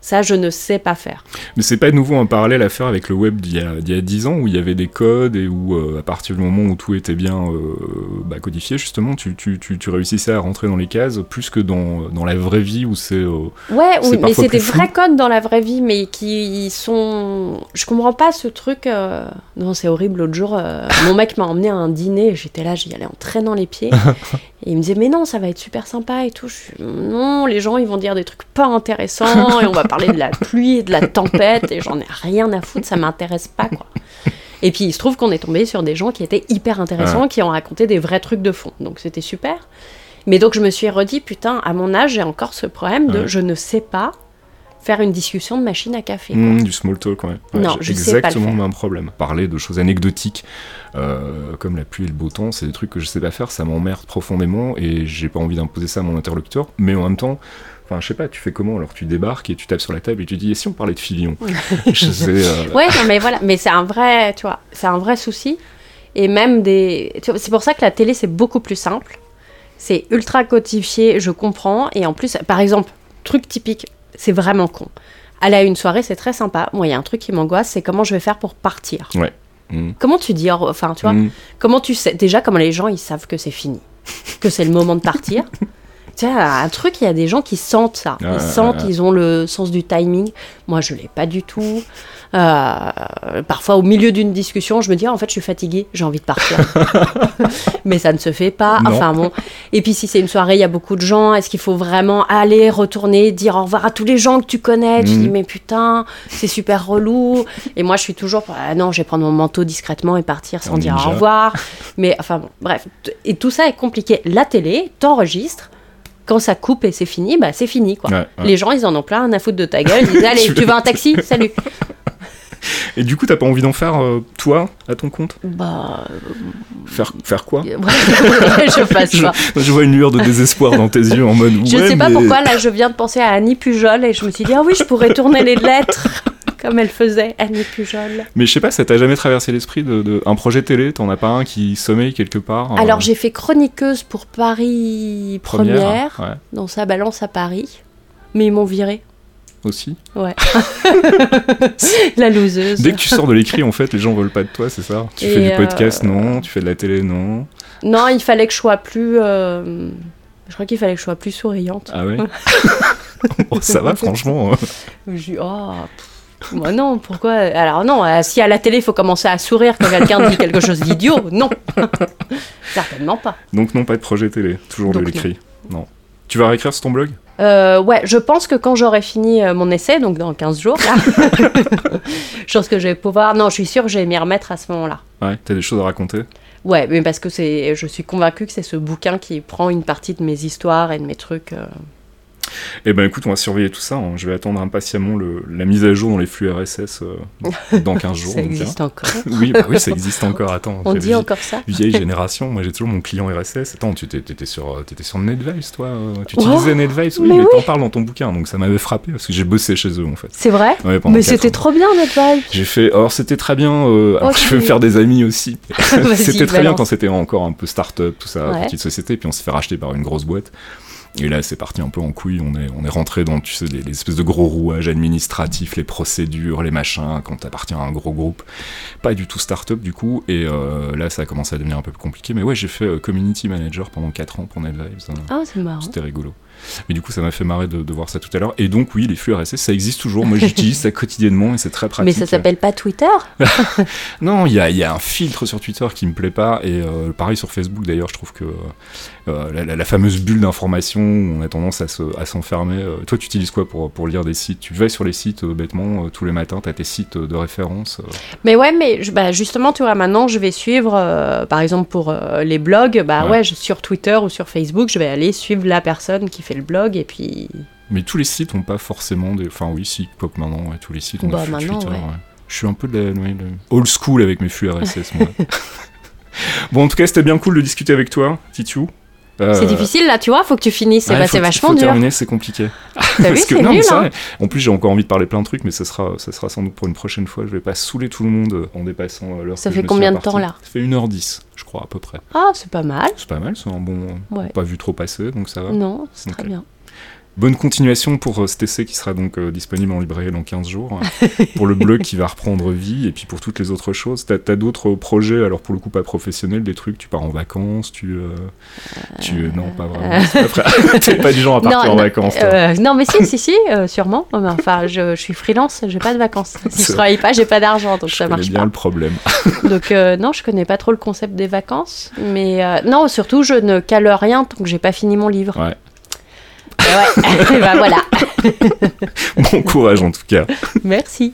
Ça, je ne sais pas faire. Mais c'est pas nouveau un parallèle à faire avec le web d'il y a, d'il y a dix ans, où il y avait des codes et où, euh, à partir du moment où tout était bien euh, bah, codifié, justement, tu, tu, tu, tu réussissais à rentrer dans les cases, plus que dans, dans la vraie vie où c'est... Euh, ouais, c'est oui, mais c'est des vrais codes dans la vraie vie, mais qui sont... Je comprends pas ce truc... Euh... Non, c'est horrible, l'autre jour, euh, mon mec m'a emmené à un dîner, j'étais là, j'y allais en traînant les pieds, et il me disait, mais non, ça va être super sympa et tout. Je suis, non, les gens, ils vont dire des trucs pas intéressants, et on va parler de la pluie et de la tempête, et j'en ai rien à foutre, ça m'intéresse pas, quoi. Et puis, il se trouve qu'on est tombé sur des gens qui étaient hyper intéressants, ouais. qui ont raconté des vrais trucs de fond, donc c'était super. Mais donc, je me suis redit, putain, à mon âge, j'ai encore ce problème de, ouais. je ne sais pas faire une discussion de machine à café. Mmh, du small talk, ouais. ouais non, je sais pas le faire. Exactement le même problème. Parler de choses anecdotiques, euh, comme la pluie et le beau temps, c'est des trucs que je sais pas faire, ça m'emmerde profondément, et j'ai pas envie d'imposer ça à mon interlocuteur, mais en même temps... Enfin, je sais pas, tu fais comment? Alors, tu débarques et tu tapes sur la table et tu dis, et si on parlait de Filion? Je sais, euh... Ouais, non, mais voilà, mais c'est un vrai, tu vois, c'est un vrai souci. Et même des... Tu vois, c'est pour ça que la télé, c'est beaucoup plus simple. C'est ultra codifié, je comprends. Et en plus, par exemple, truc typique, c'est vraiment con. Aller à une soirée, c'est très sympa. Moi, il y a un truc qui m'angoisse, c'est comment je vais faire pour partir. Ouais. Mmh. Comment tu dis, enfin, tu vois, mmh. comment tu sais, déjà, comment les gens, ils savent que c'est fini, que c'est le moment de partir. Tu sais, un truc, il y a des gens qui sentent ça. Ils ah, sentent, ah, ils ont le sens du timing. Moi, je ne l'ai pas du tout. Euh, parfois, au milieu d'une discussion, je me dis, ah, en fait, je suis fatiguée, j'ai envie de partir. Mais ça ne se fait pas. Non. Enfin bon. Et puis, si c'est une soirée, il y a beaucoup de gens. Est-ce qu'il faut vraiment aller, retourner, dire au revoir à tous les gens que tu connais? mmh. Tu dis, mais putain, c'est super relou. Et moi, je suis toujours, ah, non, je vais prendre mon manteau discrètement et partir sans en dire ninja. Au revoir. Mais enfin bon, bref. Et tout ça est compliqué. La télé, t'enregistres. Quand ça coupe et c'est fini, bah c'est fini, quoi. Ouais, ouais. Les gens, ils en ont plein à foutre de ta gueule. Ils disent, allez, tu veux un taxi? Salut. Et du coup, t'as pas envie d'en faire, euh, toi, à ton compte? Bah... Faire, faire quoi? Ouais, je fasse pas. Je, je vois une lueur de désespoir dans tes yeux en mode... Je ouais, sais pas mais... pourquoi, là, je viens de penser à Annie Pujol et je me suis dit, ah oui, je pourrais tourner les lettres comme elle faisait, Annie Pujol. Mais je sais pas, ça t'a jamais traversé l'esprit de, de un projet télé? T'en as pas un qui sommeille quelque part? euh... Alors, j'ai fait chroniqueuse pour Paris Première, Première ouais. dans sa balance à Paris, mais ils m'ont virée. Aussi. Ouais. La loseuse. Dès que tu sors de l'écrit, en fait, les gens veulent pas de toi, c'est ça? Tu et fais du podcast, euh... non? Tu fais de la télé, non? Non, il fallait que je sois plus... Euh... Je crois qu'il fallait que je sois plus souriante. Ah ouais? Bon, ça va, franchement. Je dis, oh... Moi non, pourquoi? Alors non, euh, si à la télé il faut commencer à sourire quand quelqu'un dit quelque chose d'idiot, non. Certainement pas. Donc non, pas de projet télé, toujours Donc de l'écrit. Non. non. Tu vas réécrire sur ton blog? euh, Ouais, je pense que quand j'aurai fini euh, mon essai, donc dans quinze jours, là, je pense que je vais pouvoir... Non, je suis sûre que je vais m'y remettre à ce moment-là. Ouais, t'as des choses à raconter? Ouais, mais parce que c'est, je suis convaincue que c'est ce bouquin qui prend une partie de mes histoires et de mes trucs... Euh... Eh ben écoute, on va surveiller tout ça, hein. Je vais attendre impatiemment le, la mise à jour dans les flux R S S euh, dans quinze jours. Ça existe hein. encore? Oui, bah oui, ça existe encore, attends. On dit vie, encore ça? Vieille génération, moi j'ai toujours mon client R S S. Attends, tu t'étais, t'étais, sur, t'étais sur NetVibes, toi? Tu utilisais oh, NetVibes? Oui, mais, mais oui. T'en parles dans ton bouquin, donc ça m'avait frappé, parce que j'ai bossé chez eux, en fait. C'est vrai? Ouais, mais c'était ans. Trop bien, NetVibes. J'ai fait... Alors, c'était très bien, euh, alors okay. Je vais me faire des amis aussi. C'était très bien quand c'était encore un peu start-up, tout ça, ouais. Petite société, puis on s'est fait racheter par une grosse boîte. Et là, c'est parti un peu en couille. On est, on est rentré dans, tu sais, les, les espèces de gros rouages administratifs, les procédures, les machins, quand t'appartiens à un gros groupe. Pas du tout start-up, du coup. Et euh, là, ça a commencé à devenir un peu plus compliqué. Mais ouais, j'ai fait euh, community manager pendant quatre ans pour NetVibes. Hein. Ah, c'est marrant. C'était rigolo. Mais du coup, ça m'a fait marrer de, de voir ça tout à l'heure. Et donc, oui, les flux R S S, ça existe toujours. Moi, j'utilise ça quotidiennement et c'est très pratique. Mais ça s'appelle pas Twitter? Non, il y a, y a un filtre sur Twitter qui me plaît pas. Et euh, pareil sur Facebook, d'ailleurs, je trouve que euh, la, la, la fameuse bulle d'information où on a tendance à, se, à s'enfermer. Euh, toi, tu utilises quoi pour, pour lire des sites? Tu vas sur les sites, euh, bêtement, euh, tous les matins, tu as tes sites de référence euh... Mais ouais, mais bah, justement, tu vois, maintenant, je vais suivre, euh, par exemple, pour euh, les blogs, bah ouais, ouais je, sur Twitter ou sur Facebook, je vais aller suivre la personne qui fait le blog et puis... Mais tous les sites n'ont pas forcément des... Enfin oui, si, quoi que maintenant, ouais, tous les sites ont bah, des flux Twitter. Ouais. Ouais. Je suis un peu de la, ouais, de... old school avec mes flux R S S, moi. Bon, en tout cas, c'était bien cool de discuter avec toi, Titiou. Euh... C'est difficile là, tu vois, faut que tu finisses, ouais, bah, c'est vachement faut dur. Terminer, c'est compliqué. T'as vu, c'est nul, hein. En plus, j'ai encore envie de parler plein de trucs, mais ça sera, ça sera sans doute pour une prochaine fois. Je vais pas saouler tout le monde en dépassant l'heure. Ça fait combien de temps là? Ça fait une heure dix, je crois, à peu près. Ah, c'est pas mal. C'est pas mal, c'est un bon... Ouais. Pas vu trop passer, donc ça va. Non, c'est okay. très bien. Bonne continuation pour cet essai qui sera donc euh, disponible en librairie dans quinze jours, pour le blog qui va reprendre vie, et puis pour toutes les autres choses. T'as, t'as d'autres projets, alors pour le coup pas professionnels, des trucs, tu pars en vacances, tu... Euh, tu euh, non, pas vraiment. C'est pas vrai. T'es pas du genre à partir non, en non, vacances, toi. Euh, non, mais si, si, si, euh, sûrement. Enfin, je, je suis freelance, j'ai pas de vacances. Si je travaille pas, j'ai pas d'argent, donc je ça marche bien pas. Le problème. Donc euh, non, je connais pas trop le concept des vacances, mais euh, non, surtout je ne cale rien tant que j'ai pas fini mon livre. Ouais. Et ouais, et ben voilà. Bon courage en tout cas. Merci.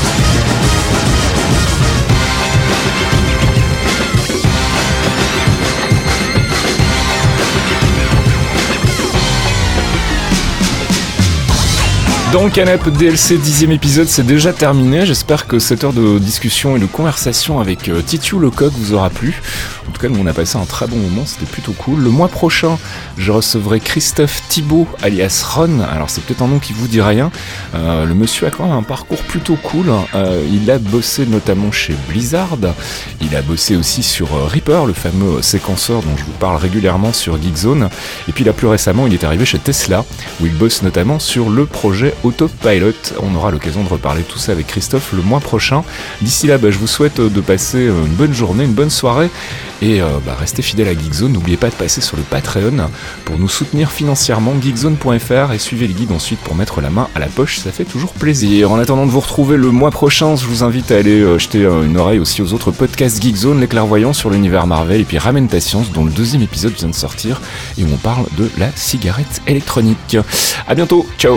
Dans le Canap D L C dixième épisode, c'est déjà terminé. J'espère que cette heure de discussion et de conversation avec euh, Titiou Lecoq vous aura plu. En tout cas, nous on a passé un très bon moment, c'était plutôt cool. Le mois prochain, je recevrai Christophe Thibault, alias Ron. Alors c'est peut-être un nom qui vous dit rien. Euh, le monsieur a quand même un parcours plutôt cool. Euh, il a bossé notamment chez Blizzard. Il a bossé aussi sur euh, Reaper, le fameux séquenceur dont je vous parle régulièrement sur Geekzone. Et puis là, plus récemment, il est arrivé chez Tesla, où il bosse notamment sur le projet Autopilot. On aura l'occasion de reparler de tout ça avec Christophe le mois prochain. D'ici là, bah, je vous souhaite de passer une bonne journée, une bonne soirée et euh, bah, restez fidèles à Geekzone. N'oubliez pas de passer sur le Patreon pour nous soutenir financièrement, geekzone point f r, et suivez les guides ensuite pour mettre la main à la poche, ça fait toujours plaisir. En attendant de vous retrouver le mois prochain, je vous invite à aller euh, jeter euh, une oreille aussi aux autres podcasts Geekzone, les clairvoyants sur l'univers Marvel, et puis Ramène ta science, dont le deuxième épisode vient de sortir et où on parle de la cigarette électronique. À bientôt, ciao.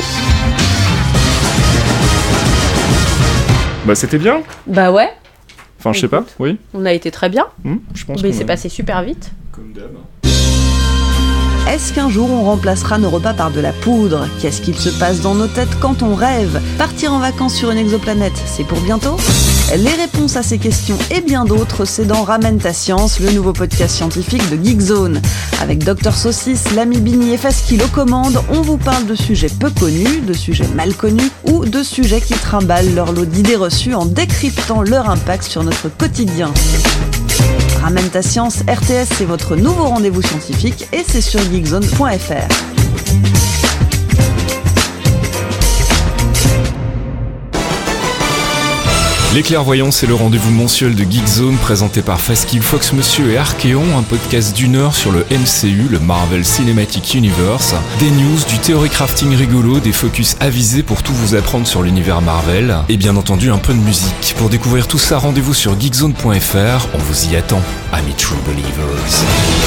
Bah c'était bien. Bah ouais. Enfin je sais pas, oui. On a été très bien. Mmh, je pense. Mais c'est a... passé super vite. Comme d'hab. Est-ce qu'un jour on remplacera nos repas par de la poudre ? Qu'est-ce qu'il se passe dans nos têtes quand on rêve ? Partir en vacances sur une exoplanète, c'est pour bientôt ? Les réponses à ces questions et bien d'autres, c'est dans Ramène ta science, le nouveau podcast scientifique de Geekzone. Avec Docteur Saucisse, l'ami Bini et Faskil aux commandes, on vous parle de sujets peu connus, de sujets mal connus ou de sujets qui trimballent leur lot d'idées reçues en décryptant leur impact sur notre quotidien. Ramène ta science, R T S, c'est votre nouveau rendez-vous scientifique et c'est sur geekzone point f r. Les clairvoyants, c'est le rendez-vous mensuel de Geekzone présenté par Faskil, Fox Monsieur et Archeon, un podcast d'une heure sur le M C U, le Marvel Cinematic Universe, des news, du théorie crafting rigolo, des focus avisés pour tout vous apprendre sur l'univers Marvel, et bien entendu un peu de musique. Pour découvrir tout ça, rendez-vous sur geekzone point f r, on vous y attend, amis True Believers.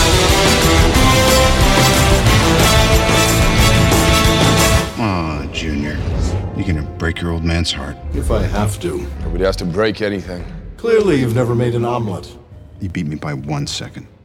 Oh, Junior. You're gonna break your old man's heart. If I have to. Nobody has to break anything. Clearly, you've never made an omelet. You beat me by one second.